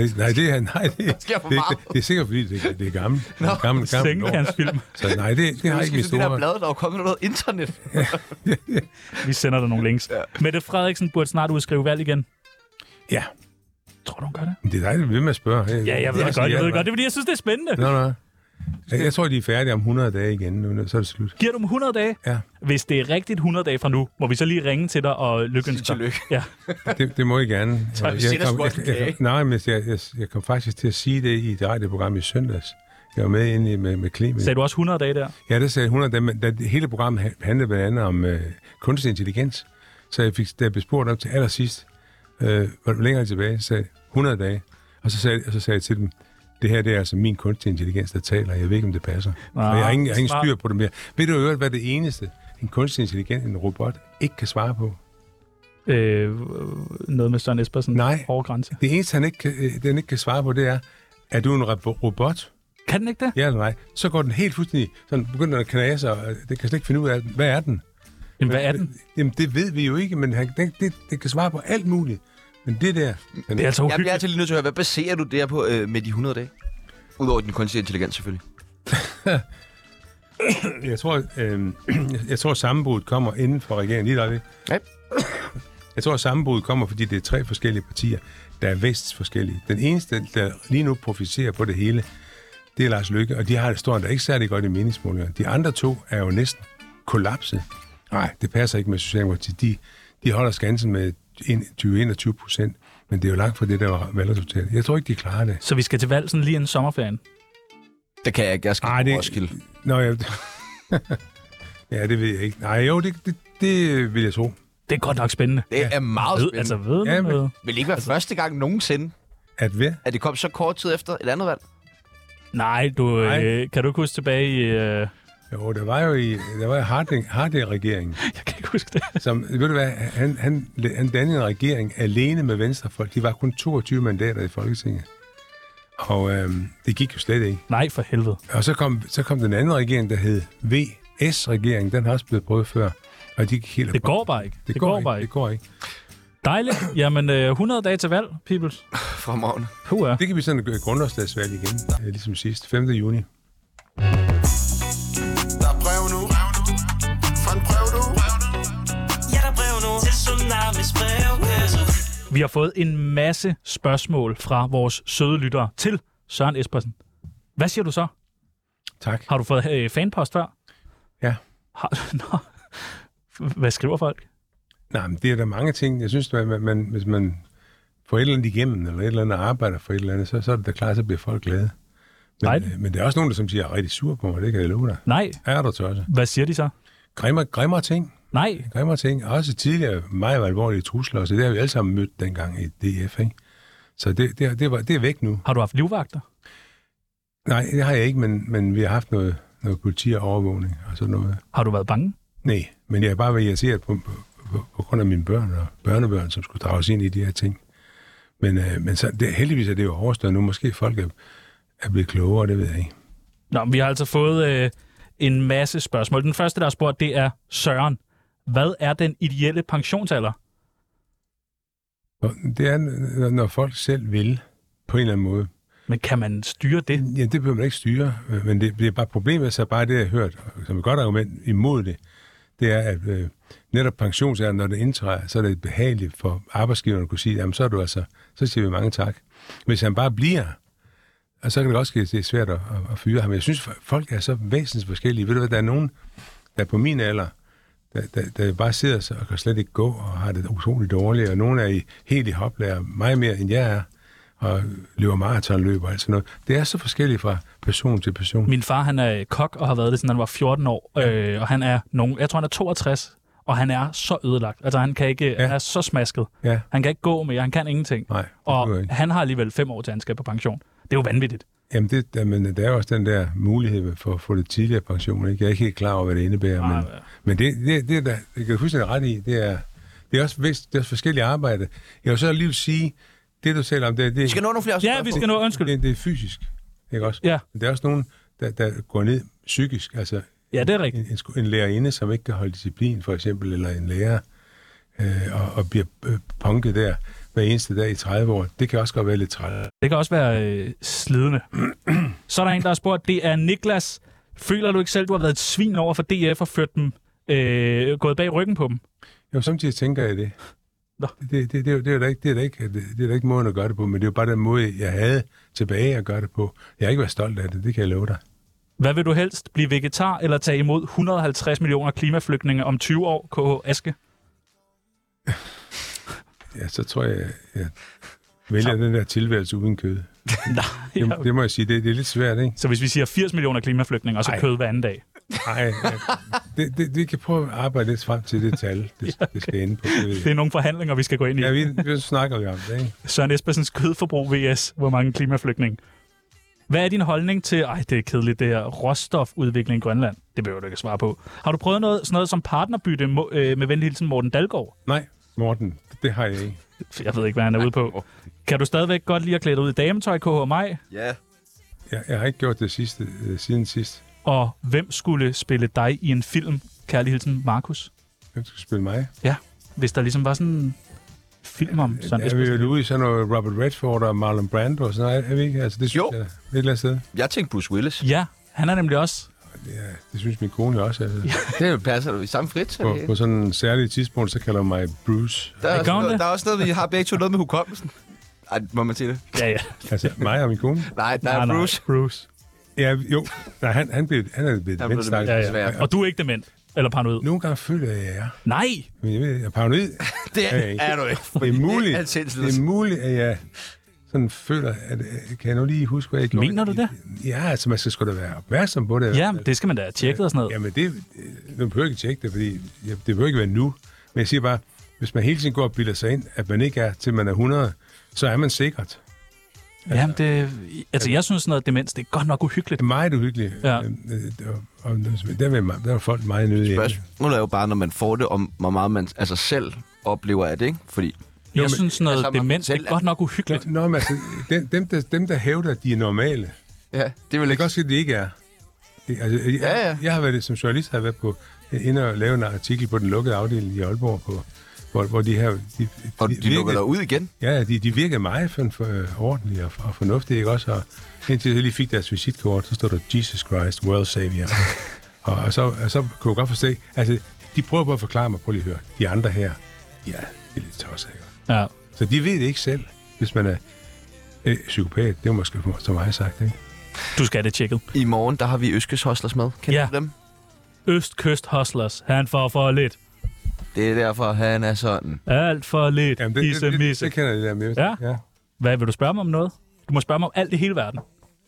Det er sikkert, fordi det er gammelt. Gammel
Sengekantsfilm.
Så nej, det har ikke min store...
Det der blad, der er kommet noget internet.
Vi sender dig nogle links. Ja. Mette Frederiksen burde snart udskrive valg igen.
Ja.
Tror du, hun gør det?
Det er dig, der vil med at spørge.
Ja, jeg ved det godt. Det er fordi, jeg synes, det er spændende.
Nå. Jeg tror, de er færdige om 100 dage igen nu, så er det slut.
Giver du dem 100 dage?
Ja.
Hvis det er rigtigt 100 dage fra nu, må vi så lige ringe til dig og lykønske dig. Ja.
Det må I gerne.
Så
jeg kom faktisk til at sige det i et radioprogram i søndags. Jeg var med inde med Clemens.
Sagde du også 100 dage der?
Ja, det sagde 100 dage, men hele programmet handlede blandt andet om kunstig intelligens. Så jeg blev spurgt op til allersidst, hvor længere tilbage, så sagde 100 dage. Og så sagde jeg til dem, det her det er altså min kunstig intelligens, der taler. Jeg ved ikke, om det passer. Og jeg har ingen styr på det mere. Ved du øvrigt, hvad det eneste, en kunstig intelligens, en robot, ikke kan svare på?
Noget med Søren Espersen?
Nej.
Hårde grænse?
Det eneste, den ikke kan svare på, det er du en robot?
Kan den ikke det?
Ja eller nej. Så går den helt fuldstændig, sådan begynder at knase, og det kan slet ikke finde ud af, hvad er den?
Jamen, hvad er den?
Jamen, det ved vi jo ikke, men det kan svare på alt muligt. Men det der...
Det er altså
jeg bliver altid lige nødt til at høre, hvad baserer du der på med de 100 dage? Udover den kunstige intelligens, selvfølgelig.
Jeg tror, sammenbruddet kommer inden for regeringen. Lige der.
Ja.
Jeg tror, sammenbruddet kommer, fordi det er 3 forskellige partier, der er væstsforskellige. Den eneste, der lige nu profiterer på det hele, det er Lars Løkke, og de har det stort, der ikke særlig godt i meningsmålinger. De andre 2 er jo næsten kollapset. Nej, det passer ikke med Socialdemokratiet. De holder skansen med 20-21%, men det er jo langt fra det, der var valgresultatet. Jeg tror ikke, de klarer det.
Så vi skal til valg sådan lige en sommerferien?
Det kan jeg ikke. Jeg skal på Roskilde.
Nå, ja, det ved jeg ikke. Nej, jo, det vil jeg tro.
Det er godt nok spændende.
Det er meget spændende.
Altså, ved du noget?
Vil det ikke være første gang nogensinde,
at det
kom så kort tid efter et andet valg?
Nej, kan du ikke huske tilbage i...
Jo, der var jo Harding-regeringen.
Jeg kan ikke huske det.
Som, ved du hvad, han dannede en regering alene med venstrefolk. De var kun 22 mandater i Folketinget. Og det gik jo slet ikke.
Nej, for helvede.
Og så kom den anden regering, der hed VS-regeringen. Den har også blevet prøvet før. Og de gik helt
det går bare ikke.
Det går ikke.
Dejligt. Jamen, 100 dage til valg, peoples.
Fremragende.
Det kan vi sådan et grundlovsdagsvalg igen, ligesom sidst. 5. juni.
Vi har fået en masse spørgsmål fra vores søde lyttere til Søren Espersen. Hvad siger du så?
Tak.
Har du fået fanpost før?
Ja.
Hvad skriver folk?
Nej, men det er der mange ting. Jeg synes, hvis man får et eller andet igennem, eller et eller andet arbejder for et eller andet, så er det da klart, så bliver folk glade. Men der er også nogen, der som siger, er rigtig sur på mig, det kan jeg love dig.
Nej.
Er du tosset?
Hvad siger de så?
Grimmere ting.
Nej.
Grimmere ting. Også tidligere meget alvorlige trusler, så det har vi alle sammen mødt dengang i DF, ikke? Så det er væk nu.
Har du haft livvagter?
Nej, det har jeg ikke, men vi har haft noget politi og overvågning og sådan noget.
Har du været bange?
Nej, men jeg er bare været irriteret på grund af mine børn og børnebørn, som skulle drages ind i de her ting. Men så, heldigvis er det jo overstået nu. Måske folk er blevet klogere, det ved jeg ikke.
Nå, vi har altså fået en masse spørgsmål. Den første, der har spurgt, det er Søren. Hvad er den ideelle pensionsalder?
Det er, når folk selv vil, på en eller anden måde.
Men kan man styre det?
Ja, det behøver man ikke styre. Men det bliver bare problemet, så bare det, jeg har hørt, som et godt argument imod det, det er, at netop pensionsalderen, når det indtræder, så er det behageligt for arbejdsgiveren at kunne sige, jamen så er du altså, så siger vi mange tak. Hvis han bare bliver, og så kan det også ske, at det er svært at fyre ham. Jeg synes, folk er så væsentligt forskellige. Ved du hvad, der er nogen, der på min alder, der bare sidder og kan slet ikke gå og har det utroligt dårligt, og nogen er helt i hoplærer, meget mere end jeg er, og løber maratonløb og alt sådan noget. Det er så forskelligt fra person til person.
Min far, han er kok og har været det, siden han var 14 år, og han er jeg tror, han er 62, og han er så ødelagt. Altså, han kan ikke, han er så smasket. Ja. Han kan ikke gå mere, han kan ingenting.
Nej,
og han har alligevel 5 år til, han skal på pension. Det er jo vanvittigt.
Jamen, der er også den der mulighed for at få det tidligere pension. Ikke? Jeg er ikke helt klar over, hvad det indebærer. Men det kan du fuldstændig ret i. Det er også forskellige arbejde. Jeg vil så lige sige, det du taler om, det
vi skal nå nogle flere spørgsmål.
Ja, vi skal nå, undskyld.
Det er fysisk, ikke også?
Ja.
Men der er også nogen, der går ned psykisk. Altså,
ja, det er rigtigt.
En lærerinde, som ikke kan holde disciplin, for eksempel, eller en lærer, og bliver punket der hver eneste dag i 30 år. Det kan også godt være lidt træt.
Det kan også være slidende. Så er der en, der har spurgt, det er Niklas. Føler du ikke selv, du har været et svin over for DF og ført dem, gået bag ryggen på dem?
Jo, samtidig tænker jeg det. Det er da ikke måden at gøre det på, men det er jo bare den måde, jeg havde tilbage at gøre det på. Jeg har ikke været stolt af det, det kan jeg love dig.
Hvad vil du helst? Blive vegetar eller tage imod 150 millioner klimaflygtninge om 20 år, K.H. Aske?
Ja, så tror jeg vælger den der tilværelse uden kød. Nej, det må jeg sige, det er lidt svært, ikke?
Så hvis vi siger 80 millioner klimaflygtninge, og så kød hver anden dag?
Nej, vi kan prøve at arbejde lidt frem til det tal, det skal ende på.
Det er nogle forhandlinger, vi skal gå ind i.
Ja, vi snakker jo om det, ikke?
Søren Espersens kødforbrug vs. hvor mange klimaflygtninge. Hvad er din holdning til, det er kedeligt, det her råstofudvikling i Grønland? Det behøver du ikke svare på. Har du prøvet sådan noget som partnerbytte med venlig hilsen Morten Dalgaard?
Nej, Morten, det har jeg ikke.
Jeg ved ikke, hvad han er ude på. Kan du stadigvæk godt lide at klæde dig ud i dametøj, K.H. og mig?
Ja.
Jeg har ikke gjort det siden sidst.
Og hvem skulle spille dig i en film, kærlig hilsen Markus?
Hvem skulle spille mig?
Ja, hvis der ligesom var sådan en film om Søren Espersen.
Er vi jo ude i sådan noget Robert Redford og Marlon Brando og sådan noget, er vi ikke? Altså, det synes jeg et eller andet sted.
Jeg tænkte Bruce Willis.
Ja, han er nemlig også.
Ja, det synes min kone også. Altså.
Det passer du i samme frit.
På sådan en særlig tidspunkt, så kalder mig Bruce.
Der er også noget, vi har begge to noget med hukommelsen. Ej, må man sige det?
Ja.
Altså, mig og min kone?
Nej, Bruce.
Bruce.
Ja, jo. Nej, han er blevet dement.
Ja. Og du er ikke dement? Eller paranoid?
Nogle gange føler jeg, jeg er.
Nej!
Men jeg er paranoid.
Det er du ikke.
Det er muligt, at jeg sådan føler, at kan jeg nu lige huske, hvad jeg gjorde?
Mener du det?
Ja, altså man skal sgu da være opmærksom på det.
Ja, det skal man da have tjekket og sådan noget.
Jamen nu behøver jeg ikke tjekke det, fordi det behøver ikke være nu. Men jeg siger bare, hvis man hele tiden går og bilder sig ind, at man ikke er, til man er 100, så er man sikkert.
Jamen, jeg synes noget demens, det er godt nok uhyggeligt.
Det er meget uhyggeligt. Ja. Og der er folk meget nødige.
Spørgsmålet er jo bare, når man får det, om hvor meget man altså selv oplever af det, ikke? Fordi
jeg synes noget demens er godt nok uhyggeligt.
Nå, men altså, dem, der hævder, at de er normale,
ja, det vil
ikke også sige, at de ikke er. Jeg har været som journalist, har været på inde og lave en artikel på den lukkede afdeling i Aalborg, hvor de her...
Og de lukker dig ud igen?
Ja, de virker meget ordentlige og fornuftige, ikke også? Og indtil de lige fik deres visitkort, så stod der Jesus Christ, World Savior. og så kunne jeg godt forstå, altså, de prøver på at forklare mig, prøv lige at høre, de andre her, ja, det er lidt tosset, ikke?
Ja.
Så de ved det ikke selv, hvis man er psykopat. Det er måske som mig sagt, ikke?
Du skal have det tjekket.
I morgen, der har vi Østkyst Hustlers med. Kender du dem?
Østkyst Hustlers. Han får for lidt.
Det er derfor, han er sådan.
Alt for lidt.
Jamen, det kender jeg der med.
Ja. Hvad vil du spørge mig om noget? Du må spørge mig om alt i hele verden.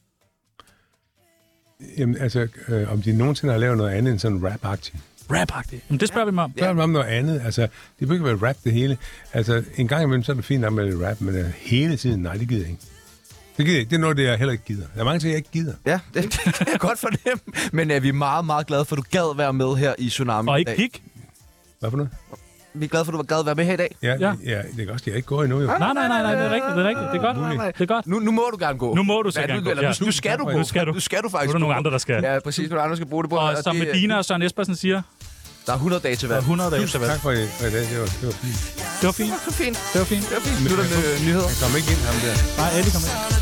Jamen, altså, om de nogensinde har lavet noget andet end sådan rap-agtigt.
Rap-agtigt? Men det spørger vi mig om.
Spørger vi om noget andet. Altså, det bør ikke være rap det hele. Altså, en gang imellem, så er det fint nok med rap, men hele tiden, nej, det gider jeg ikke. Det gider jeg ikke. Det er noget, det jeg heller ikke gider. Der er mange ting, jeg ikke gider.
Ja, det er godt for dem. Men vi er meget, meget glade for, at du gad være med her i Tsunami.
Og ikke pik.
Hvad for noget?
Vi er glade for, at du gad være med her i dag.
Ja, det er også, jeg ikke går endnu. Jo.
Nej, det er rigtigt. Det er godt. Det er godt.
Nu må du gerne gå.
Nu må du så gerne gå.
Nu skal du gå. Nu skal du faktisk
gå. Nu er der nogle andre, der skal.
Ja, præcis. Nogle andre skal bruge det på.
Og som Medina og Søren Espersen siger...
Der er 100 dage til valg.
100 dage til valg.
Tak for i dag. Det var fint.
Det var fint.
Nu er der nyheder.
Han kom ikke ind, ham der.
Nej, alle kom ind.